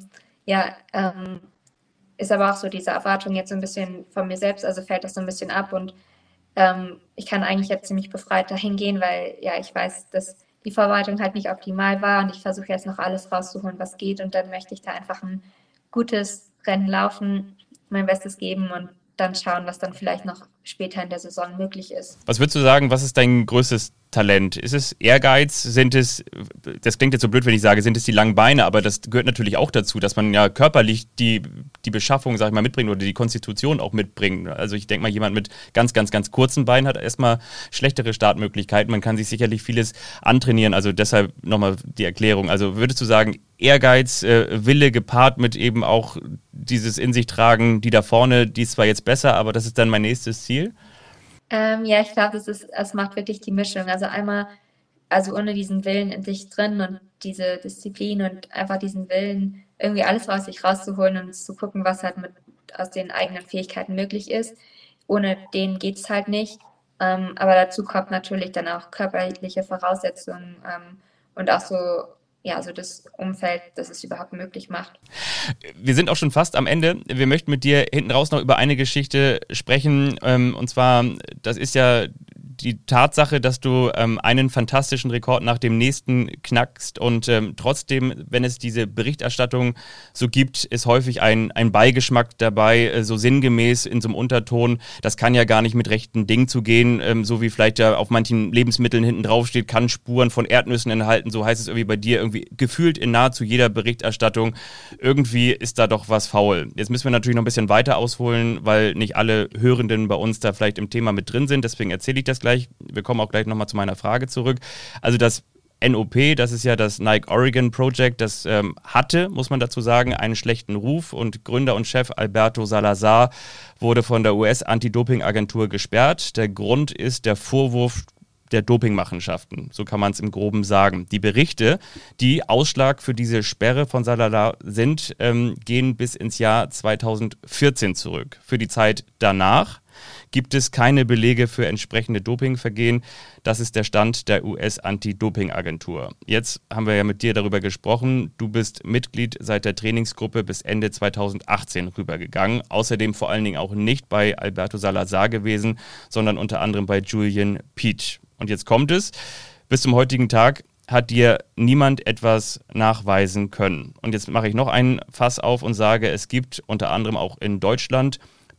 ist aber auch so diese Erwartung jetzt so ein bisschen von mir selbst, also fällt das so ein bisschen ab und ich kann eigentlich jetzt ziemlich befreit dahin gehen, weil ja, ich weiß, dass die Vorbereitung halt nicht optimal war und ich versuche jetzt noch alles rauszuholen, was geht und dann möchte ich da einfach ein gutes Rennen laufen, mein Bestes geben und dann schauen, was dann vielleicht noch später in der Saison möglich ist. Was würdest du sagen, was ist dein größtes Talent? Ist es Ehrgeiz? Das klingt jetzt so blöd, wenn ich sage, sind es die langen Beine, aber das gehört natürlich auch dazu, dass man ja körperlich die Beschaffung, sag ich mal, mitbringt oder die Konstitution auch mitbringt. Also ich denke mal, jemand mit ganz, ganz, ganz kurzen Beinen hat erstmal schlechtere Startmöglichkeiten. Man kann sich sicherlich vieles antrainieren, also deshalb nochmal die Erklärung. Also würdest du sagen, Ehrgeiz, Wille gepaart mit eben auch dieses in sich tragen, die da vorne, die ist zwar jetzt besser, aber das ist dann mein nächstes Ziel? Ja, ich glaube, es macht wirklich die Mischung. Also einmal, also ohne diesen Willen in sich drin und diese Disziplin und einfach diesen Willen, irgendwie alles aus sich rauszuholen und zu gucken, was halt aus den eigenen Fähigkeiten möglich ist. Ohne den geht es halt nicht. Aber dazu kommt natürlich dann auch körperliche Voraussetzungen und auch so, ja, so das Umfeld, das es überhaupt möglich macht. Wir sind auch schon fast am Ende. Wir möchten mit dir hinten raus noch über eine Geschichte sprechen. Und zwar, das ist ja die Tatsache, dass du einen fantastischen Rekord nach dem nächsten knackst und trotzdem, wenn es diese Berichterstattung so gibt, ist häufig ein Beigeschmack dabei, so sinngemäß in so einem Unterton, das kann ja gar nicht mit rechten Dingen zugehen, so wie vielleicht ja auf manchen Lebensmitteln hinten drauf steht, kann Spuren von Erdnüssen enthalten, so heißt es irgendwie bei dir, irgendwie gefühlt in nahezu jeder Berichterstattung, irgendwie ist da doch was faul. Jetzt müssen wir natürlich noch ein bisschen weiter ausholen, weil nicht alle Hörenden bei uns da vielleicht im Thema mit drin sind, deswegen erzähle ich das gleich. Wir kommen auch gleich nochmal zu meiner Frage zurück. Also das NOP, das ist ja das Nike Oregon Project, das hatte, muss man dazu sagen, einen schlechten Ruf und Gründer und Chef Alberto Salazar wurde von der US-Anti-Doping-Agentur gesperrt. Der Grund ist der Vorwurf der Dopingmachenschaften, so kann man es im Groben sagen. Die Berichte, die Ausschlag für diese Sperre von Salazar sind, gehen bis ins Jahr 2014 zurück. Für die Zeit danach gibt es keine Belege für entsprechende Dopingvergehen. Das ist der Stand der US-Anti-Doping-Agentur. Jetzt haben wir ja mit dir darüber gesprochen. Du bist Mitglied seit der Trainingsgruppe bis Ende 2018 rübergegangen. Außerdem vor allen Dingen auch nicht bei Alberto Salazar gewesen, sondern unter anderem bei Julian Peach. Und jetzt kommt es. Bis zum heutigen Tag hat dir niemand etwas nachweisen können. Und jetzt mache ich noch einen Fass auf und sage, es gibt unter anderem auch in Deutschland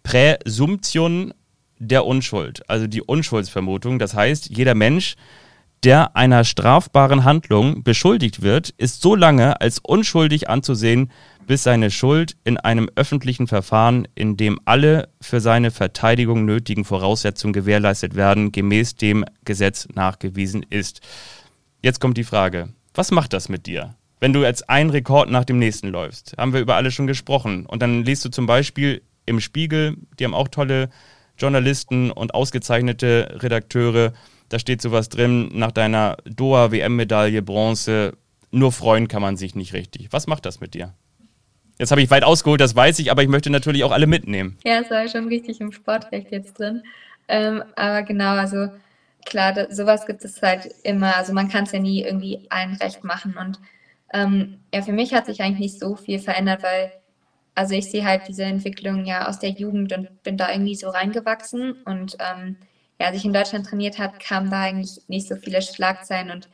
Präsumption der Unschuld, also die Unschuldsvermutung. Das heißt, jeder Mensch, der einer strafbaren Handlung beschuldigt wird, ist so lange als unschuldig anzusehen, bis seine Schuld in einem öffentlichen Verfahren, in dem alle für seine Verteidigung nötigen Voraussetzungen gewährleistet werden, gemäß dem Gesetz nachgewiesen ist. Jetzt kommt die Frage, was macht das mit dir? Wenn du jetzt einen Rekord nach dem nächsten läufst, haben wir über alle schon gesprochen, und dann liest du zum Beispiel im Spiegel, die haben auch tolle Journalisten und ausgezeichnete Redakteure, da steht sowas drin, nach deiner Doha-WM-Medaille Bronze, nur freuen kann man sich nicht richtig. Was macht das mit dir? Jetzt habe ich weit ausgeholt, das weiß ich, aber ich möchte natürlich auch alle mitnehmen. Ja, es war schon richtig im Sportrecht jetzt drin. Aber genau, also klar, sowas gibt es halt immer. Also man kann es ja nie irgendwie allen recht machen. Und ja, für mich hat sich eigentlich nicht so viel verändert, weil also ich sehe halt diese Entwicklung ja aus der Jugend und bin da irgendwie so reingewachsen. Und ja, als ich in Deutschland trainiert habe, kamen da eigentlich nicht so viele Schlagzeilen. Und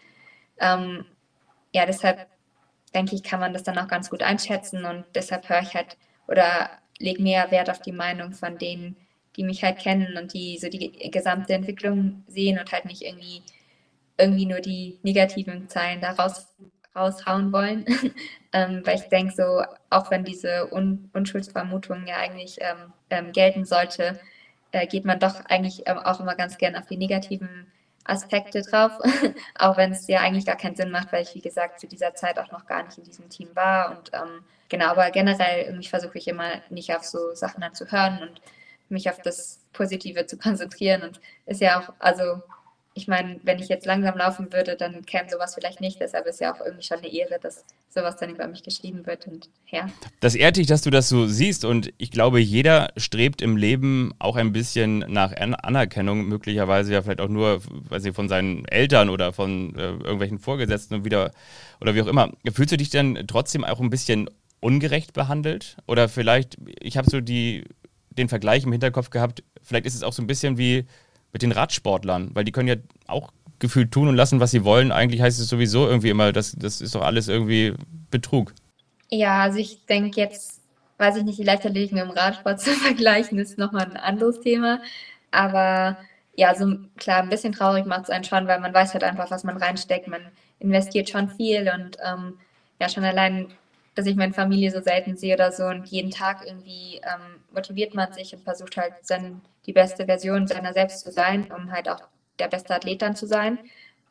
ja, deshalb denke ich, kann man das dann auch ganz gut einschätzen. Und deshalb höre ich halt oder lege mehr Wert auf die Meinung von denen, die mich halt kennen und die so die gesamte Entwicklung sehen und halt nicht irgendwie nur die negativen Zeilen da raushauen wollen. Weil ich denke so, auch wenn diese Unschuldsvermutung ja eigentlich gelten sollte, geht man doch eigentlich auch immer ganz gern auf die negativen Aspekte drauf, auch wenn es ja eigentlich gar keinen Sinn macht, weil ich, wie gesagt, zu dieser Zeit auch noch gar nicht in diesem Team war und genau, aber generell irgendwie versuche ich immer nicht auf so Sachen dann zu hören und mich auf das Positive zu konzentrieren und ist ja auch, also ich meine, wenn ich jetzt langsam laufen würde, dann käme sowas vielleicht nicht. Deshalb ist ja auch irgendwie schon eine Ehre, dass sowas dann über mich geschrieben wird. Und ja. Das ehrt dich, dass du das so siehst und ich glaube, jeder strebt im Leben auch ein bisschen nach Anerkennung, möglicherweise ja vielleicht auch nur, weiß ich, von seinen Eltern oder von irgendwelchen Vorgesetzten und wieder oder wie auch immer. Fühlst du dich denn trotzdem auch ein bisschen ungerecht behandelt? Oder vielleicht, ich habe so den Vergleich im Hinterkopf gehabt, vielleicht ist es auch so ein bisschen wie mit den Radsportlern, weil die können ja auch gefühlt tun und lassen, was sie wollen. Eigentlich heißt es sowieso irgendwie immer, das ist doch alles irgendwie Betrug. Ja, also ich denke jetzt, weiß ich nicht, die Leichtathletik mit dem Radsport zu vergleichen, ist nochmal ein anderes Thema. Aber ja, so klar, ein bisschen traurig macht es einen schon, weil man weiß halt einfach, was man reinsteckt. Man investiert schon viel und ja, schon allein, dass ich meine Familie so selten sehe oder so und jeden Tag irgendwie motiviert man sich und versucht halt die beste Version seiner selbst zu sein, um halt auch der beste Athlet dann zu sein.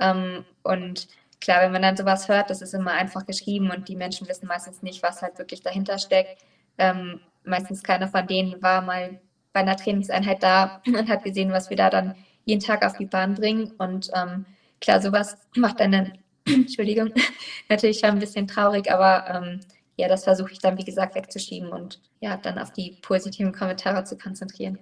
Und klar, wenn man dann sowas hört, das ist immer einfach geschrieben und die Menschen wissen meistens nicht, was halt wirklich dahinter steckt. Meistens keiner von denen war mal bei einer Trainingseinheit da und hat gesehen, was wir da dann jeden Tag auf die Bahn bringen. Und klar, sowas macht einen, Entschuldigung, natürlich schon ein bisschen traurig, aber ja, das versuche ich dann, wie gesagt, wegzuschieben und ja, dann auf die positiven Kommentare zu konzentrieren.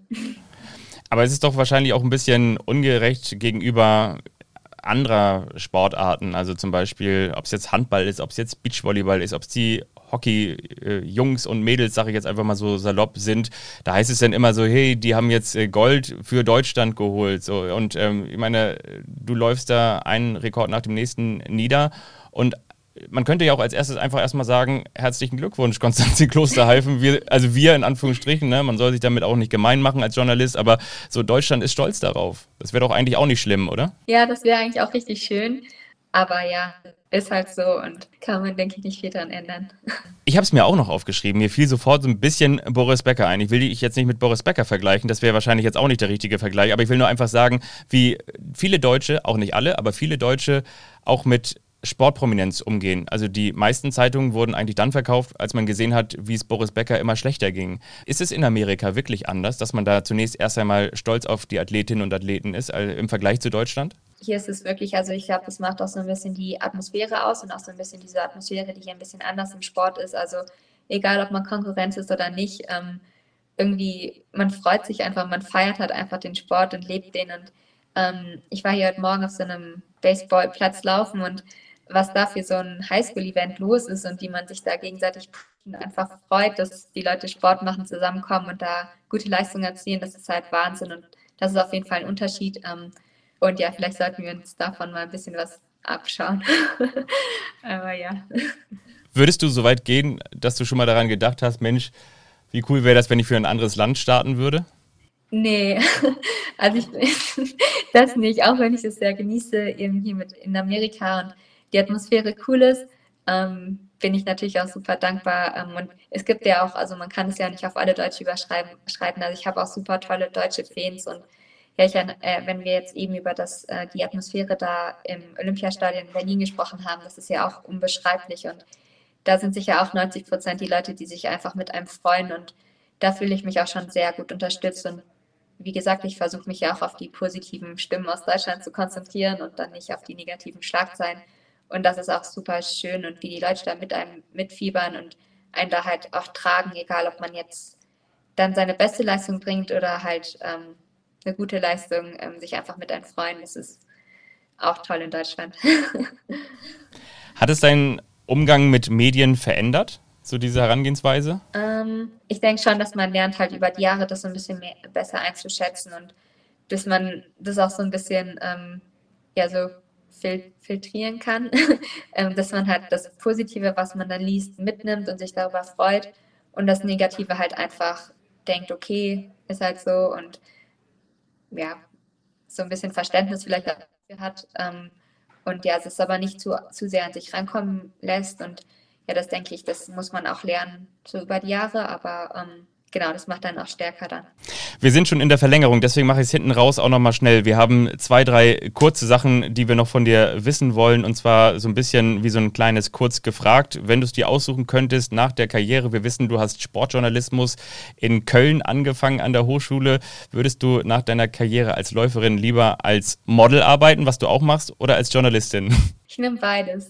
Aber es ist doch wahrscheinlich auch ein bisschen ungerecht gegenüber anderer Sportarten, also zum Beispiel, ob es jetzt Handball ist, ob es jetzt Beachvolleyball ist, ob es die Hockey-Jungs und Mädels, sage ich jetzt einfach mal so salopp, sind. Da heißt es dann immer so, hey, die haben jetzt Gold für Deutschland geholt. So. Und ich meine, du läufst da einen Rekord nach dem nächsten nieder und man könnte ja auch als erstes einfach erstmal sagen, herzlichen Glückwunsch, Konstantin Klosterhalfen. Wir in Anführungsstrichen, ne? Man soll sich damit auch nicht gemein machen als Journalist, aber so Deutschland ist stolz darauf. Das wäre doch eigentlich auch nicht schlimm, oder? Ja, das wäre eigentlich auch richtig schön. Aber ja, ist halt so und kann man, denke ich, nicht viel dran ändern. Ich habe es mir auch noch aufgeschrieben. Mir fiel sofort so ein bisschen Boris Becker ein. Ich will dich jetzt nicht mit Boris Becker vergleichen, das wäre wahrscheinlich jetzt auch nicht der richtige Vergleich, aber ich will nur einfach sagen, wie viele Deutsche, auch nicht alle, aber viele Deutsche auch mit Sportprominenz umgehen. Also die meisten Zeitungen wurden eigentlich dann verkauft, als man gesehen hat, wie es Boris Becker immer schlechter ging. Ist es in Amerika wirklich anders, dass man da zunächst erst einmal stolz auf die Athletinnen und Athleten ist, im Vergleich zu Deutschland? Hier ist es wirklich, also ich glaube, das macht auch so ein bisschen die Atmosphäre aus und auch so ein bisschen diese Atmosphäre, die hier ein bisschen anders im Sport ist. Also egal, ob man Konkurrenz ist oder nicht, irgendwie, man freut sich einfach, man feiert halt einfach den Sport und lebt den. Und ich war hier heute Morgen auf so einem Baseballplatz laufen und was da für so ein Highschool-Event los ist und wie man sich da gegenseitig einfach freut, dass die Leute Sport machen, zusammenkommen und da gute Leistungen erzielen, das ist halt Wahnsinn und das ist auf jeden Fall ein Unterschied. Und ja, vielleicht sollten wir uns davon mal ein bisschen was abschauen. Aber ja. Würdest du so weit gehen, dass du schon mal daran gedacht hast, Mensch, wie cool wäre das, wenn ich für ein anderes Land starten würde? Nee, also das nicht, auch wenn ich es sehr genieße, eben hier in Amerika und die Atmosphäre cool ist, bin ich natürlich auch super dankbar. Und es gibt ja auch, also man kann es ja nicht auf alle Deutsche überschreiten. Also ich habe auch super tolle deutsche Fans und ja, wenn wir jetzt eben über die Atmosphäre da im Olympiastadion in Berlin gesprochen haben, das ist ja auch unbeschreiblich und da sind sicher auch 90% die Leute, die sich einfach mit einem freuen und da fühle ich mich auch schon sehr gut unterstützt und wie gesagt, ich versuche mich ja auch auf die positiven Stimmen aus Deutschland zu konzentrieren und dann nicht auf die negativen Schlagzeilen. Und das ist auch super schön und wie die Leute da mit einem mitfiebern und einen da halt auch tragen, egal ob man jetzt dann seine beste Leistung bringt oder halt eine gute Leistung, sich einfach mit einem freuen. Das ist auch toll in Deutschland. Hat es deinen Umgang mit Medien verändert, so diese Herangehensweise? Ich denke schon, dass man lernt halt über die Jahre das so ein bisschen besser einzuschätzen und bis man das auch so ein bisschen ja so filtrieren kann, dass man halt das Positive, was man dann liest, mitnimmt und sich darüber freut und das Negative halt einfach denkt, okay, ist halt so und ja, so ein bisschen Verständnis vielleicht dafür hat und ja, es ist aber nicht zu sehr an sich rankommen lässt und ja, das denke ich, das muss man auch lernen, so über die Jahre, aber genau, das macht dann auch stärker dann. Wir sind schon in der Verlängerung, deswegen mache ich es hinten raus auch nochmal schnell. Wir haben 2, 3 kurze Sachen, die wir noch von dir wissen wollen, und zwar so ein bisschen wie so ein kleines kurz gefragt. Wenn du es dir aussuchen könntest nach der Karriere, wir wissen, du hast Sportjournalismus in Köln angefangen an der Hochschule. Würdest du nach deiner Karriere als Läuferin lieber als Model arbeiten, was du auch machst, oder als Journalistin? Ich nehme beides.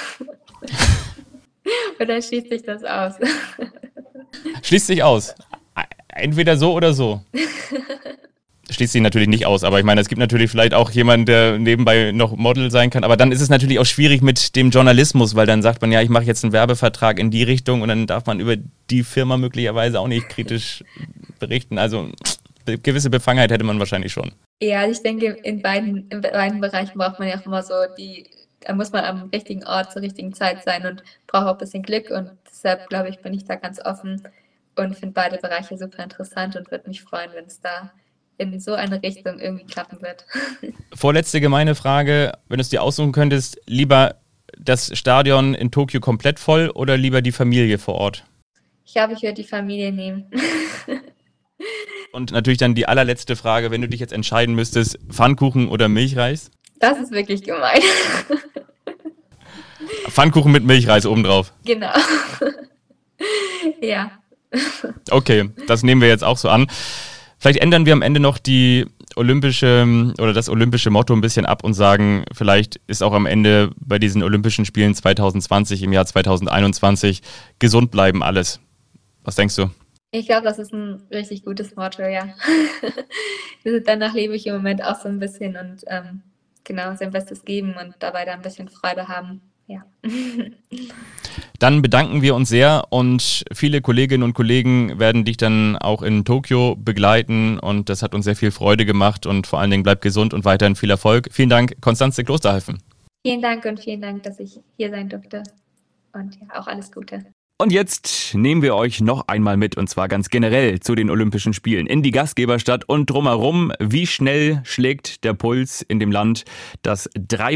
Oder schließt sich das aus? Schließt sich aus. Entweder so oder so. Schließt sich natürlich nicht aus, aber ich meine, es gibt natürlich vielleicht auch jemanden, der nebenbei noch Model sein kann, aber dann ist es natürlich auch schwierig mit dem Journalismus, weil dann sagt man, ja, ich mache jetzt einen Werbevertrag in die Richtung und dann darf man über die Firma möglicherweise auch nicht kritisch berichten. Also eine gewisse Befangenheit hätte man wahrscheinlich schon. Ja, ich denke, in beiden Bereichen braucht man ja auch immer so da muss man am richtigen Ort zur richtigen Zeit sein und braucht auch ein bisschen Glück, und deshalb, glaube ich, bin ich da ganz offen und finde beide Bereiche super interessant und würde mich freuen, wenn es da in so eine Richtung irgendwie klappen wird. Vorletzte gemeine Frage, wenn du es dir aussuchen könntest, lieber das Stadion in Tokio komplett voll oder lieber die Familie vor Ort? Ich glaube, ich würde die Familie nehmen. Und natürlich dann die allerletzte Frage, wenn du dich jetzt entscheiden müsstest, Pfannkuchen oder Milchreis? Das ist wirklich gemein. Pfannkuchen mit Milchreis obendrauf. Genau. Ja. Okay, das nehmen wir jetzt auch so an. Vielleicht ändern wir am Ende noch das olympische Motto ein bisschen ab und sagen, vielleicht ist auch am Ende bei diesen Olympischen Spielen 2020, im Jahr 2021, gesund bleiben alles. Was denkst du? Ich glaube, das ist ein richtig gutes Motto, ja. Danach lebe ich im Moment auch so ein bisschen und genau, sein Bestes geben und dabei dann ein bisschen Freude haben. Ja. Dann bedanken wir uns sehr und viele Kolleginnen und Kollegen werden dich dann auch in Tokio begleiten und das hat uns sehr viel Freude gemacht und vor allen Dingen bleib gesund und weiterhin viel Erfolg. Vielen Dank, Constanze Klosterhalfen. Vielen Dank und vielen Dank, dass ich hier sein durfte und ja, auch alles Gute. Und jetzt nehmen wir euch noch einmal mit, und zwar ganz generell zu den Olympischen Spielen in die Gastgeberstadt und drumherum. Wie schnell schlägt der Puls in dem Land, das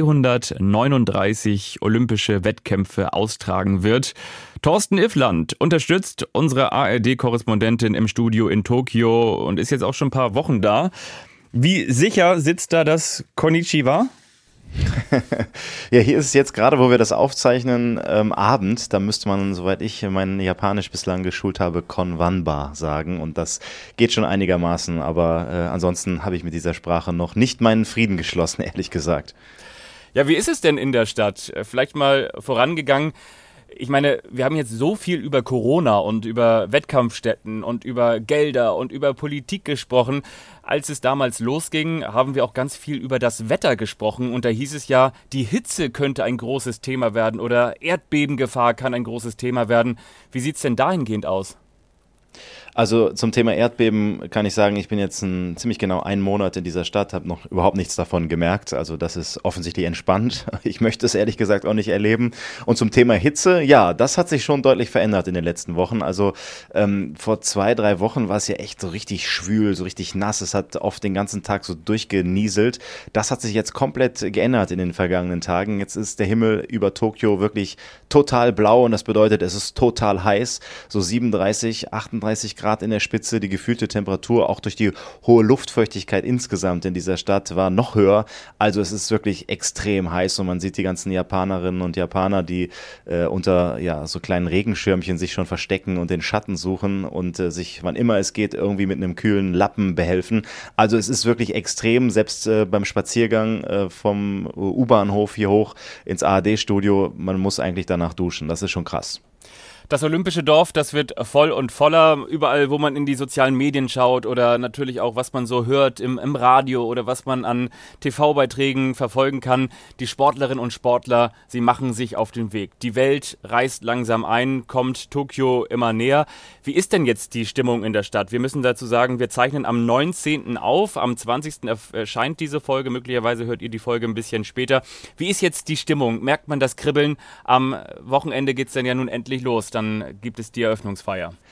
339 olympische Wettkämpfe austragen wird? Thorsten Iffland unterstützt unsere ARD-Korrespondentin im Studio in Tokio und ist jetzt auch schon ein paar Wochen da. Wie sicher sitzt da das Konnichiwa? Ja, hier ist es jetzt gerade, wo wir das aufzeichnen, Abend. Da müsste man, soweit ich mein Japanisch bislang geschult habe, Konbanba sagen. Und das geht schon einigermaßen. Aber ansonsten habe ich mit dieser Sprache noch nicht meinen Frieden geschlossen, ehrlich gesagt. Ja, wie ist es denn in der Stadt? Vielleicht mal vorangegangen. Ich meine, wir haben jetzt so viel über Corona und über Wettkampfstätten und über Gelder und über Politik gesprochen. Als es damals losging, haben wir auch ganz viel über das Wetter gesprochen. Und da hieß es ja, die Hitze könnte ein großes Thema werden oder Erdbebengefahr kann ein großes Thema werden. Wie sieht es denn dahingehend aus? Also zum Thema Erdbeben kann ich sagen, ich bin jetzt ziemlich genau einen Monat in dieser Stadt, habe noch überhaupt nichts davon gemerkt. Also das ist offensichtlich entspannt. Ich möchte es ehrlich gesagt auch nicht erleben. Und zum Thema Hitze, ja, das hat sich schon deutlich verändert in den letzten Wochen. Also vor 2, 3 Wochen war es ja echt so richtig schwül, so richtig nass. Es hat oft den ganzen Tag so durchgenieselt. Das hat sich jetzt komplett geändert in den vergangenen Tagen. Jetzt ist der Himmel über Tokio wirklich total blau und das bedeutet, es ist total heiß. So 37, 38 Grad in der Spitze. Die gefühlte Temperatur, auch durch die hohe Luftfeuchtigkeit insgesamt in dieser Stadt, war noch höher. Also es ist wirklich extrem heiß und man sieht die ganzen Japanerinnen und Japaner, die unter so kleinen Regenschirmchen sich schon verstecken und den Schatten suchen und sich, wann immer es geht, irgendwie mit einem kühlen Lappen behelfen. Also es ist wirklich extrem, selbst beim Spaziergang vom U-Bahnhof hier hoch ins ARD-Studio, man muss eigentlich danach duschen. Das ist schon krass. Das olympische Dorf, das wird voll und voller, überall, wo man in die sozialen Medien schaut oder natürlich auch, was man so hört im Radio oder was man an TV-Beiträgen verfolgen kann. Die Sportlerinnen und Sportler, sie machen sich auf den Weg. Die Welt reist langsam ein, kommt Tokio immer näher. Wie ist denn jetzt die Stimmung in der Stadt? Wir müssen dazu sagen, wir zeichnen am 19. auf, am 20. erscheint diese Folge, möglicherweise hört ihr die Folge ein bisschen später. Wie ist jetzt die Stimmung? Merkt man das Kribbeln? Am Wochenende geht es dann ja nun endlich los. Dann gibt es die Eröffnungsfeier.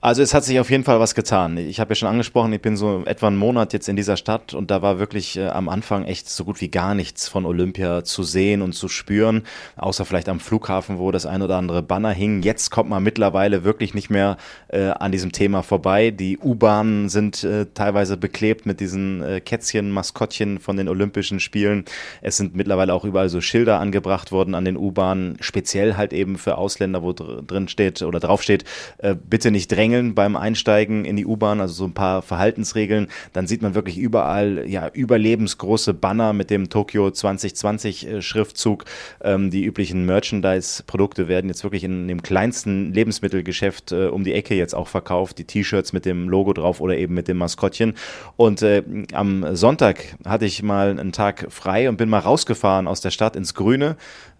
Also es hat sich auf jeden Fall was getan. Ich habe ja schon angesprochen, ich bin so etwa einen Monat jetzt in dieser Stadt und da war wirklich am Anfang echt so gut wie gar nichts von Olympia zu sehen und zu spüren, außer vielleicht am Flughafen, wo das ein oder andere Banner hing. Jetzt kommt man mittlerweile wirklich nicht mehr an diesem Thema vorbei. Die U-Bahnen sind teilweise beklebt mit diesen Kätzchen, Maskottchen von den Olympischen Spielen. Es sind mittlerweile auch überall so Schilder angebracht worden an den U-Bahnen, speziell halt eben für Ausländer, wo drin steht oder drauf steht, bitte nicht drängen beim Einsteigen in die U-Bahn, also so ein paar Verhaltensregeln. Dann sieht man wirklich überall überlebensgroße Banner mit dem Tokio 2020 Schriftzug. Die üblichen Merchandise-Produkte werden jetzt wirklich in dem kleinsten Lebensmittelgeschäft um die Ecke jetzt auch verkauft. Die T-Shirts mit dem Logo drauf oder eben mit dem Maskottchen. Und am Sonntag hatte ich mal einen Tag frei und bin mal rausgefahren aus der Stadt ins Grüne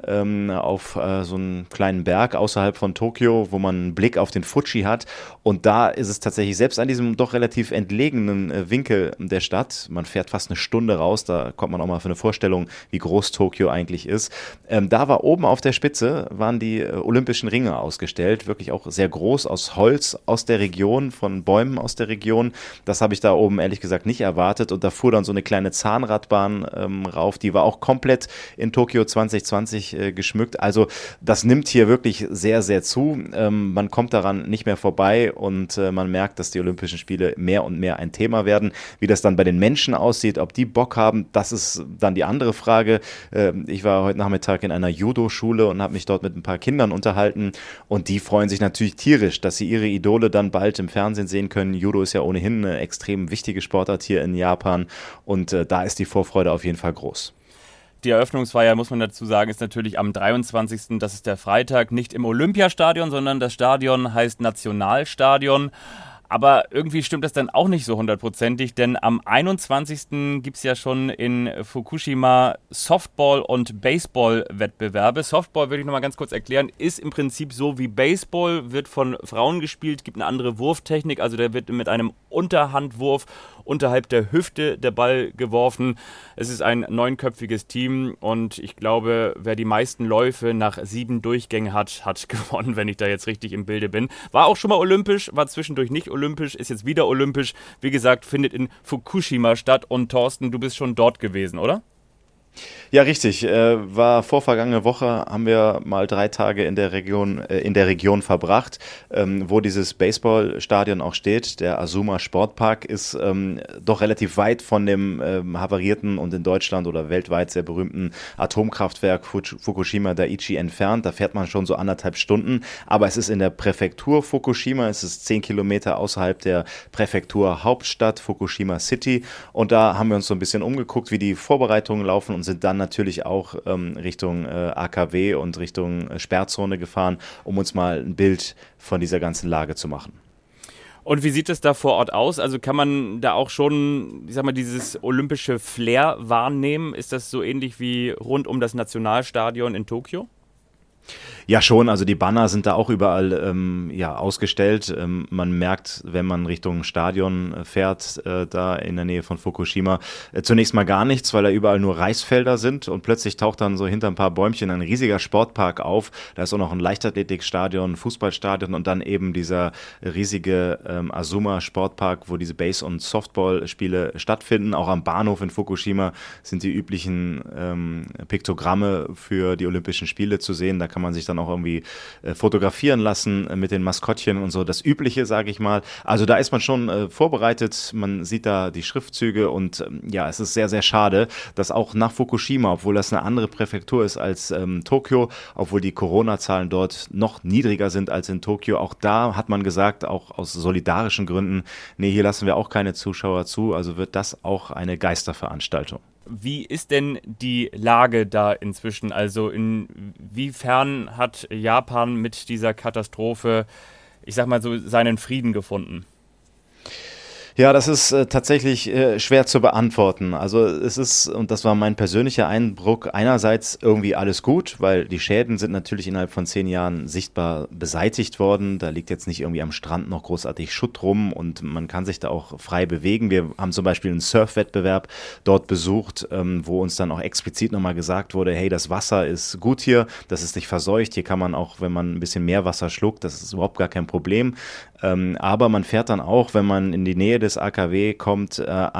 auf so einen kleinen Berg außerhalb von Tokio, wo man einen Blick auf den Fuji hat. Und da ist es tatsächlich, selbst an diesem doch relativ entlegenen Winkel der Stadt, man fährt fast eine Stunde raus, da kommt man auch mal für eine Vorstellung, wie groß Tokio eigentlich ist. Da war oben auf der Spitze, waren die Olympischen Ringe ausgestellt, wirklich auch sehr groß, aus Holz aus der Region, von Bäumen aus der Region. Das habe ich da oben ehrlich gesagt nicht erwartet. Und da fuhr dann so eine kleine Zahnradbahn rauf, die war auch komplett in Tokio 2020 geschmückt. Also das nimmt hier wirklich sehr, sehr zu. Man kommt daran nicht mehr vorbei und man merkt, dass die Olympischen Spiele mehr und mehr ein Thema werden. Wie das dann bei den Menschen aussieht, ob die Bock haben, das ist dann die andere Frage. Ich war heute Nachmittag in einer Judo-Schule und habe mich dort mit ein paar Kindern unterhalten und die freuen sich natürlich tierisch, dass sie ihre Idole dann bald im Fernsehen sehen können. Judo ist ja ohnehin eine extrem wichtige Sportart hier in Japan und da ist die Vorfreude auf jeden Fall groß. Die Eröffnungsfeier, muss man dazu sagen, ist natürlich am 23., das ist der Freitag, nicht im Olympiastadion, sondern das Stadion heißt Nationalstadion. Aber irgendwie stimmt das dann auch nicht so hundertprozentig, denn am 21. gibt es ja schon in Fukushima Softball- und Baseball-Wettbewerbe. Softball, würde ich nochmal ganz kurz erklären, ist im Prinzip so wie Baseball, wird von Frauen gespielt, gibt eine andere Wurftechnik, also der wird mit einem Unterhandwurf unterhalb der Hüfte der Ball geworfen. Es ist ein 9-köpfiges Team und ich glaube, wer die meisten Läufe nach 7 Durchgängen hat, hat gewonnen, wenn ich da jetzt richtig im Bilde bin. War auch schon mal olympisch, war zwischendurch nicht olympisch, ist jetzt wieder olympisch. Wie gesagt, findet in Fukushima statt und Thorsten, du bist schon dort gewesen, oder? Ja, richtig. War vorvergangene Woche, haben wir mal 3 Tage in der Region verbracht, wo dieses Baseballstadion auch steht. Der Azuma Sportpark ist doch relativ weit von dem havarierten und in Deutschland oder weltweit sehr berühmten Atomkraftwerk Fukushima Daiichi entfernt. Da fährt man schon so 1,5 Stunden. Aber es ist in der Präfektur Fukushima. Es ist 10 Kilometer außerhalb der Präfektur Hauptstadt Fukushima City. Und da haben wir uns so ein bisschen umgeguckt, wie die Vorbereitungen laufen und sind dann natürlich auch Richtung AKW und Richtung Sperrzone gefahren, um uns mal ein Bild von dieser ganzen Lage zu machen. Und wie sieht es da vor Ort aus? Also kann man da auch schon, ich sag mal, dieses olympische Flair wahrnehmen? Ist das so ähnlich wie rund um das Nationalstadion in Tokio? Ja, schon. Also die Banner sind da auch überall ausgestellt. Man merkt, wenn man Richtung Stadion fährt, da in der Nähe von Fukushima, zunächst mal gar nichts, weil da überall nur Reisfelder sind und plötzlich taucht dann so hinter ein paar Bäumchen ein riesiger Sportpark auf. Da ist auch noch ein Leichtathletikstadion, ein Fußballstadion und dann eben dieser riesige Azuma Sportpark, wo diese Base- und Softball-Spiele stattfinden. Auch am Bahnhof in Fukushima sind die üblichen Piktogramme für die Olympischen Spiele zu sehen. Da kann man sich dann auch irgendwie fotografieren lassen mit den Maskottchen und so, das Übliche, sage ich mal. Also da ist man schon vorbereitet, man sieht da die Schriftzüge und es ist sehr, sehr schade, dass auch nach Fukushima, obwohl das eine andere Präfektur ist als Tokio, obwohl die Corona-Zahlen dort noch niedriger sind als in Tokio, auch da hat man gesagt, auch aus solidarischen Gründen, nee, hier lassen wir auch keine Zuschauer zu, also wird das auch eine Geisterveranstaltung. Wie ist denn die Lage da inzwischen? Also inwiefern hat Japan mit dieser Katastrophe, ich sag mal so, seinen Frieden gefunden? Ja, das ist tatsächlich schwer zu beantworten. Also es ist, und das war mein persönlicher Eindruck, einerseits irgendwie alles gut, weil die Schäden sind natürlich innerhalb von 10 Jahren sichtbar beseitigt worden. Da liegt jetzt nicht irgendwie am Strand noch großartig Schutt rum und man kann sich da auch frei bewegen. Wir haben zum Beispiel einen Surfwettbewerb dort besucht, wo uns dann auch explizit nochmal gesagt wurde, hey, das Wasser ist gut hier, das ist nicht verseucht. Hier kann man auch, wenn man ein bisschen mehr Wasser schluckt, das ist überhaupt gar kein Problem. Aber man fährt dann auch, wenn man in die Nähe des AKW kommt,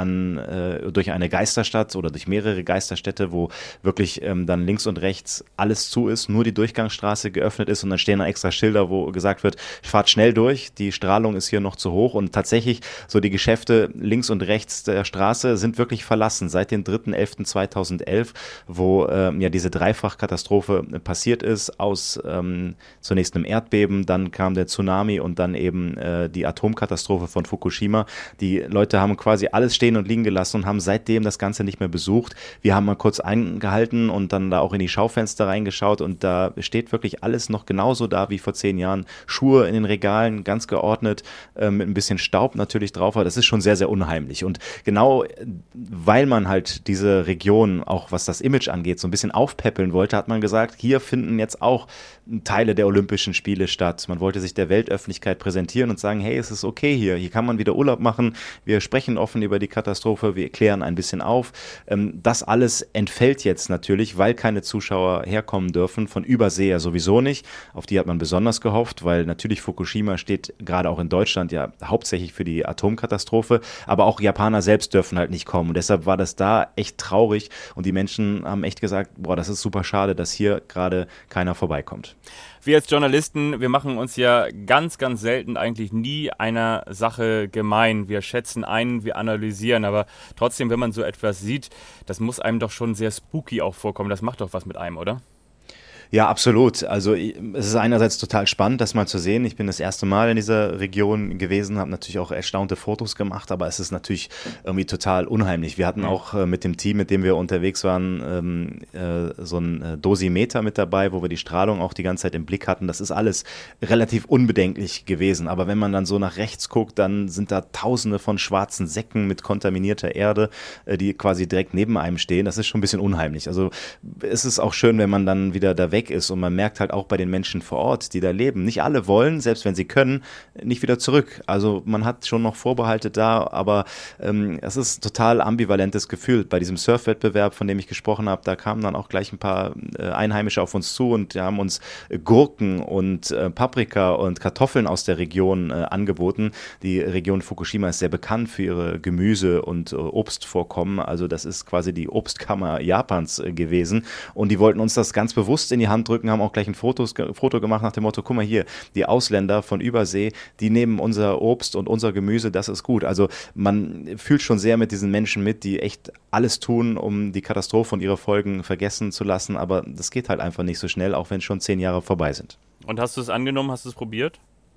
durch eine Geisterstadt oder durch mehrere Geisterstädte, wo wirklich dann links und rechts alles zu ist, nur die Durchgangsstraße geöffnet ist und dann stehen da extra Schilder, wo gesagt wird, fahrt schnell durch, die Strahlung ist hier noch zu hoch und tatsächlich so die Geschäfte links und rechts der Straße sind wirklich verlassen seit dem 3.11.2011, wo diese Dreifachkatastrophe passiert ist aus zunächst einem Erdbeben, dann kam der Tsunami und dann eben die Atomkatastrophe von Fukushima. Die Leute haben quasi alles stehen und liegen gelassen und haben seitdem das Ganze nicht mehr besucht. Wir haben mal kurz eingehalten und dann da auch in die Schaufenster reingeschaut und da steht wirklich alles noch genauso da wie vor 10 Jahren. Schuhe in den Regalen, ganz geordnet, mit ein bisschen Staub natürlich drauf, aber das ist schon sehr, sehr unheimlich. Und genau weil man halt diese Region, auch was das Image angeht, so ein bisschen aufpäppeln wollte, hat man gesagt, hier finden jetzt auch Teile der Olympischen Spiele statt. Man wollte sich der Weltöffentlichkeit präsentieren und sagen, hey, es ist okay hier kann man wieder Urlaub machen, wir sprechen offen über die Katastrophe, wir klären ein bisschen auf. Das alles entfällt jetzt natürlich, weil keine Zuschauer herkommen dürfen, von Übersee ja sowieso nicht. Auf die hat man besonders gehofft, weil natürlich Fukushima steht gerade auch in Deutschland ja hauptsächlich für die Atomkatastrophe, aber auch Japaner selbst dürfen halt nicht kommen und deshalb war das da echt traurig und die Menschen haben echt gesagt, boah, das ist super schade, dass hier gerade keiner vorbeikommt. Wir als Journalisten, wir machen uns ja ganz, ganz selten eigentlich nie einer Sache gemein. Wir schätzen ein, wir analysieren, aber trotzdem, wenn man so etwas sieht, das muss einem doch schon sehr spooky auch vorkommen. Das macht doch was mit einem, oder? Ja, absolut. Also es ist einerseits total spannend, das mal zu sehen. Ich bin das erste Mal in dieser Region gewesen, habe natürlich auch erstaunte Fotos gemacht, aber es ist natürlich irgendwie total unheimlich. Wir hatten auch mit dem Team, mit dem wir unterwegs waren, so ein Dosimeter mit dabei, wo wir die Strahlung auch die ganze Zeit im Blick hatten. Das ist alles relativ unbedenklich gewesen. Aber wenn man dann so nach rechts guckt, dann sind da Tausende von schwarzen Säcken mit kontaminierter Erde, die quasi direkt neben einem stehen. Das ist schon ein bisschen unheimlich. Also es ist auch schön, wenn man dann wieder da weg ist und man merkt halt auch bei den Menschen vor Ort, die da leben, nicht alle wollen, selbst wenn sie können, nicht wieder zurück. Also man hat schon noch Vorbehalte da, aber es ist ein total ambivalentes Gefühl. Bei diesem Surfwettbewerb, von dem ich gesprochen habe, da kamen dann auch gleich ein paar Einheimische auf uns zu und die haben uns Gurken und Paprika und Kartoffeln aus der Region angeboten. Die Region Fukushima ist sehr bekannt für ihre Gemüse- und Obstvorkommen, also das ist quasi die Obstkammer Japans gewesen und die wollten uns das ganz bewusst in die Hand drücken, haben auch gleich ein Foto gemacht nach dem Motto, guck mal hier, die Ausländer von Übersee, die nehmen unser Obst und unser Gemüse, das ist gut. Also man fühlt schon sehr mit diesen Menschen mit, die echt alles tun, um die Katastrophe und ihre Folgen vergessen zu lassen, aber das geht halt einfach nicht so schnell, auch wenn schon 10 Jahre vorbei sind. Und hast du es angenommen, hast du es probiert?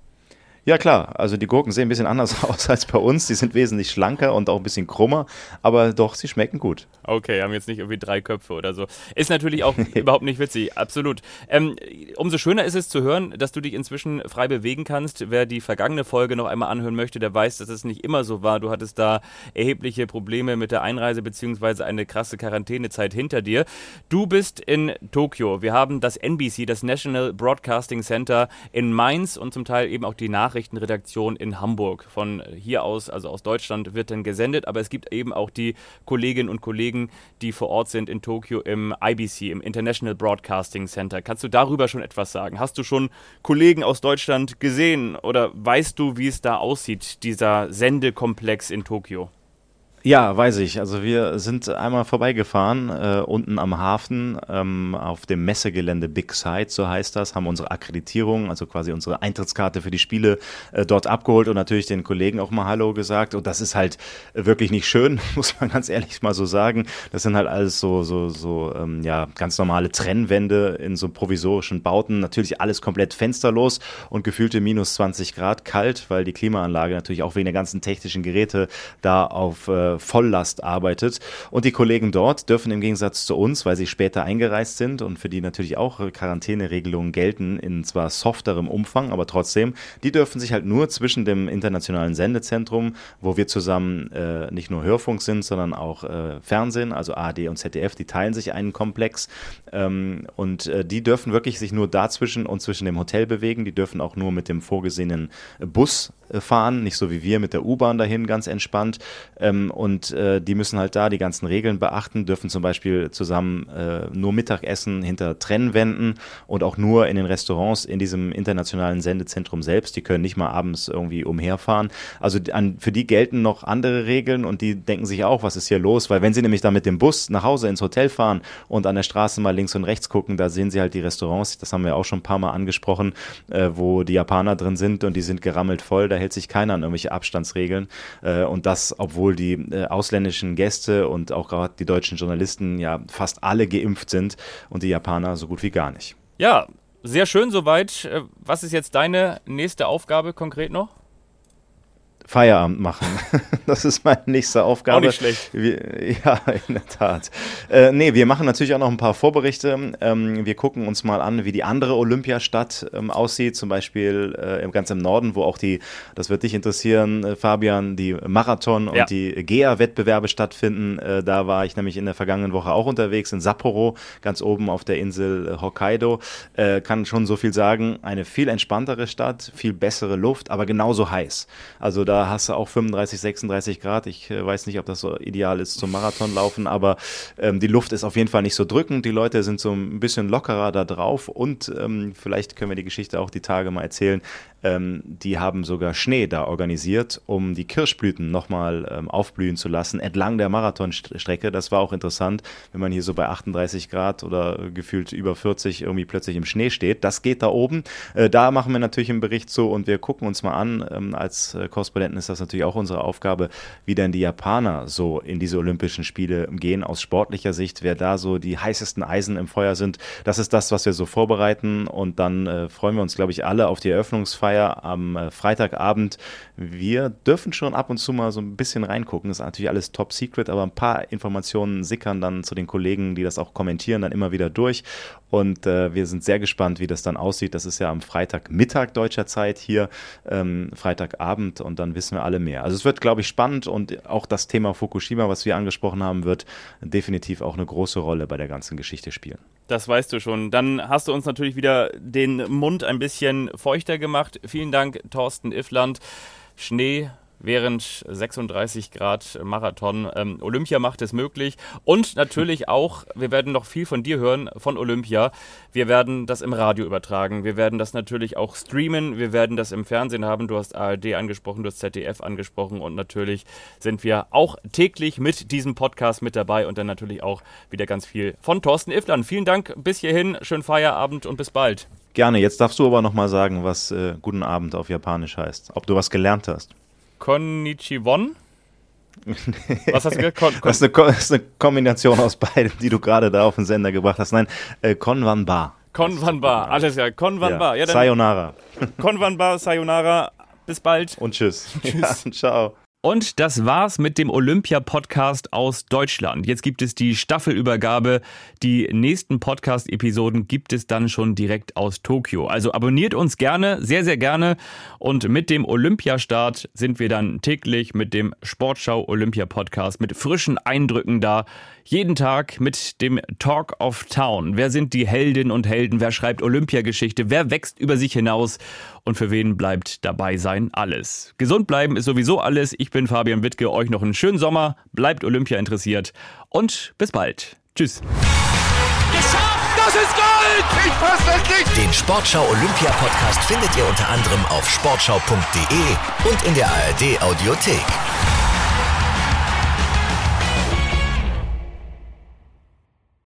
Ja klar, also die Gurken sehen ein bisschen anders aus als bei uns, die sind wesentlich schlanker und auch ein bisschen krummer, aber doch, sie schmecken gut. Okay, haben jetzt nicht irgendwie 3 Köpfe oder so. Ist natürlich auch überhaupt nicht witzig, absolut. Umso schöner ist es zu hören, dass du dich inzwischen frei bewegen kannst. Wer die vergangene Folge noch einmal anhören möchte, der weiß, dass es nicht immer so war. Du hattest da erhebliche Probleme mit der Einreise bzw. eine krasse Quarantänezeit hinter dir. Du bist in Tokio. Wir haben das NBC, das National Broadcasting Center in Mainz und zum Teil eben auch die Nachrichtenredaktion in Hamburg. Von hier aus, also aus Deutschland, wird dann gesendet, aber es gibt eben auch die Kolleginnen und Kollegen, die vor Ort sind in Tokio im IBC, im International Broadcasting Center. Kannst du darüber schon etwas sagen? Hast du schon Kollegen aus Deutschland gesehen oder weißt du, wie es da aussieht, dieser Sendekomplex in Tokio? Ja, weiß ich. Also wir sind einmal vorbeigefahren, unten am Hafen, auf dem Messegelände Big Side, so heißt das, haben unsere Akkreditierung, also quasi unsere Eintrittskarte für die Spiele dort abgeholt und natürlich den Kollegen auch mal Hallo gesagt. Und das ist halt wirklich nicht schön, muss man ganz ehrlich mal so sagen. Das sind halt alles so ganz normale Trennwände in so provisorischen Bauten. Natürlich alles komplett fensterlos und gefühlte minus 20 Grad kalt, weil die Klimaanlage natürlich auch wegen der ganzen technischen Geräte da auf Volllast arbeitet. Und die Kollegen dort dürfen im Gegensatz zu uns, weil sie später eingereist sind und für die natürlich auch Quarantäneregelungen gelten, in zwar softerem Umfang, aber trotzdem, die dürfen sich halt nur zwischen dem internationalen Sendezentrum, wo wir zusammen nicht nur Hörfunk sind, sondern auch Fernsehen, also ARD und ZDF, die teilen sich einen Komplex und die dürfen wirklich sich nur dazwischen und zwischen dem Hotel bewegen. Die dürfen auch nur mit dem vorgesehenen Bus fahren, nicht so wie wir mit der U-Bahn dahin, ganz entspannt. und die müssen halt da die ganzen Regeln beachten, dürfen zum Beispiel zusammen nur Mittagessen hinter Trennwänden und auch nur in den Restaurants in diesem internationalen Sendezentrum selbst. Die können nicht mal abends irgendwie umherfahren. Also für die gelten noch andere Regeln und die denken sich auch, was ist hier los? Weil wenn sie nämlich dann mit dem Bus nach Hause ins Hotel fahren und an der Straße mal links und rechts gucken, da sehen sie halt die Restaurants, das haben wir auch schon ein paar Mal angesprochen, wo die Japaner drin sind und die sind gerammelt voll, da hält sich keiner an irgendwelche Abstandsregeln und das, obwohl die ausländischen Gäste und auch gerade die deutschen Journalisten ja fast alle geimpft sind und die Japaner so gut wie gar nicht. Ja, sehr schön soweit. Was ist jetzt deine nächste Aufgabe konkret noch? Feierabend machen. Das ist meine nächste Aufgabe. Auch nicht schlecht. Ja, in der Tat. Wir machen natürlich auch noch ein paar Vorberichte. Wir gucken uns mal an, wie die andere Olympiastadt aussieht, zum Beispiel ganz im Norden, wo auch das wird dich interessieren, Fabian, die Marathon- und die GEA-Wettbewerbe stattfinden. Da war ich nämlich in der vergangenen Woche auch unterwegs, in Sapporo, ganz oben auf der Insel Hokkaido. Kann schon so viel sagen, eine viel entspanntere Stadt, viel bessere Luft, aber genauso heiß. Also da hast du auch 35, 36 Grad. Ich weiß nicht, ob das so ideal ist zum Marathonlaufen, aber die Luft ist auf jeden Fall nicht so drückend. Die Leute sind so ein bisschen lockerer da drauf und vielleicht können wir die Geschichte auch die Tage mal erzählen. Die haben sogar Schnee da organisiert, um die Kirschblüten nochmal aufblühen zu lassen entlang der Marathonstrecke. Das war auch interessant, wenn man hier so bei 38 Grad oder gefühlt über 40 irgendwie plötzlich im Schnee steht. Das geht da oben. Da machen wir natürlich einen Bericht zu und wir gucken uns mal an. Als Korrespondenten ist das natürlich auch unsere Aufgabe, wie denn die Japaner so in diese Olympischen Spiele gehen aus sportlicher Sicht, wer da so die heißesten Eisen im Feuer sind. Das ist das, was wir so vorbereiten und dann freuen wir uns, glaube ich, alle auf die Eröffnungsfeier am Freitagabend. Wir dürfen schon ab und zu mal so ein bisschen reingucken. Das ist natürlich alles top secret, aber ein paar Informationen sickern dann zu den Kollegen, die das auch kommentieren, dann immer wieder durch. Und wir sind sehr gespannt, wie das dann aussieht. Das ist ja am Freitagmittag deutscher Zeit hier, Freitagabend und dann wissen wir alle mehr. Also es wird, glaube ich, spannend und auch das Thema Fukushima, was wir angesprochen haben, wird definitiv auch eine große Rolle bei der ganzen Geschichte spielen. Das weißt du schon. Dann hast du uns natürlich wieder den Mund ein bisschen feuchter gemacht. Vielen Dank, Thorsten Iffland. Schnee während 36 Grad Marathon. Olympia macht es möglich. Und natürlich auch, wir werden noch viel von dir hören, von Olympia. Wir werden das im Radio übertragen. Wir werden das natürlich auch streamen. Wir werden das im Fernsehen haben. Du hast ARD angesprochen, du hast ZDF angesprochen. Und natürlich sind wir auch täglich mit diesem Podcast mit dabei. Und dann natürlich auch wieder ganz viel von Thorsten Iffland. Vielen Dank bis hierhin. Schönen Feierabend und bis bald. Gerne. Jetzt darfst du aber nochmal sagen, was guten Abend auf Japanisch heißt. Ob du was gelernt hast. Konnichiwon? Was hast du gesagt? Das ist eine Kombination aus beidem, die du gerade da auf den Sender gebracht hast. Nein, Konbanba. Konbanba, alles ja. Konbanba. Ja, Sayonara. Konbanba, Sayonara. Bis bald. Und tschüss. Tschüss. Ja, ciao. Und das war's mit dem Olympia-Podcast aus Deutschland. Jetzt gibt es die Staffelübergabe. Die nächsten Podcast-Episoden gibt es dann schon direkt aus Tokio. Also abonniert uns gerne, sehr, sehr gerne. Und mit dem Olympiastart sind wir dann täglich mit dem Sportschau-Olympia-Podcast mit frischen Eindrücken da. Jeden Tag mit dem Talk of Town. Wer sind die Heldinnen und Helden? Wer schreibt Olympiageschichte? Wer wächst über sich hinaus? Und für wen bleibt dabei sein? Alles. Gesund bleiben ist sowieso alles. Ich bin Fabian Wittke. Euch noch einen schönen Sommer. Bleibt Olympia interessiert. Und bis bald. Tschüss. Geschafft! Das ist Gold! Ich fasse es nicht! Den Sportschau Olympia Podcast findet ihr unter anderem auf sportschau.de und in der ARD Audiothek.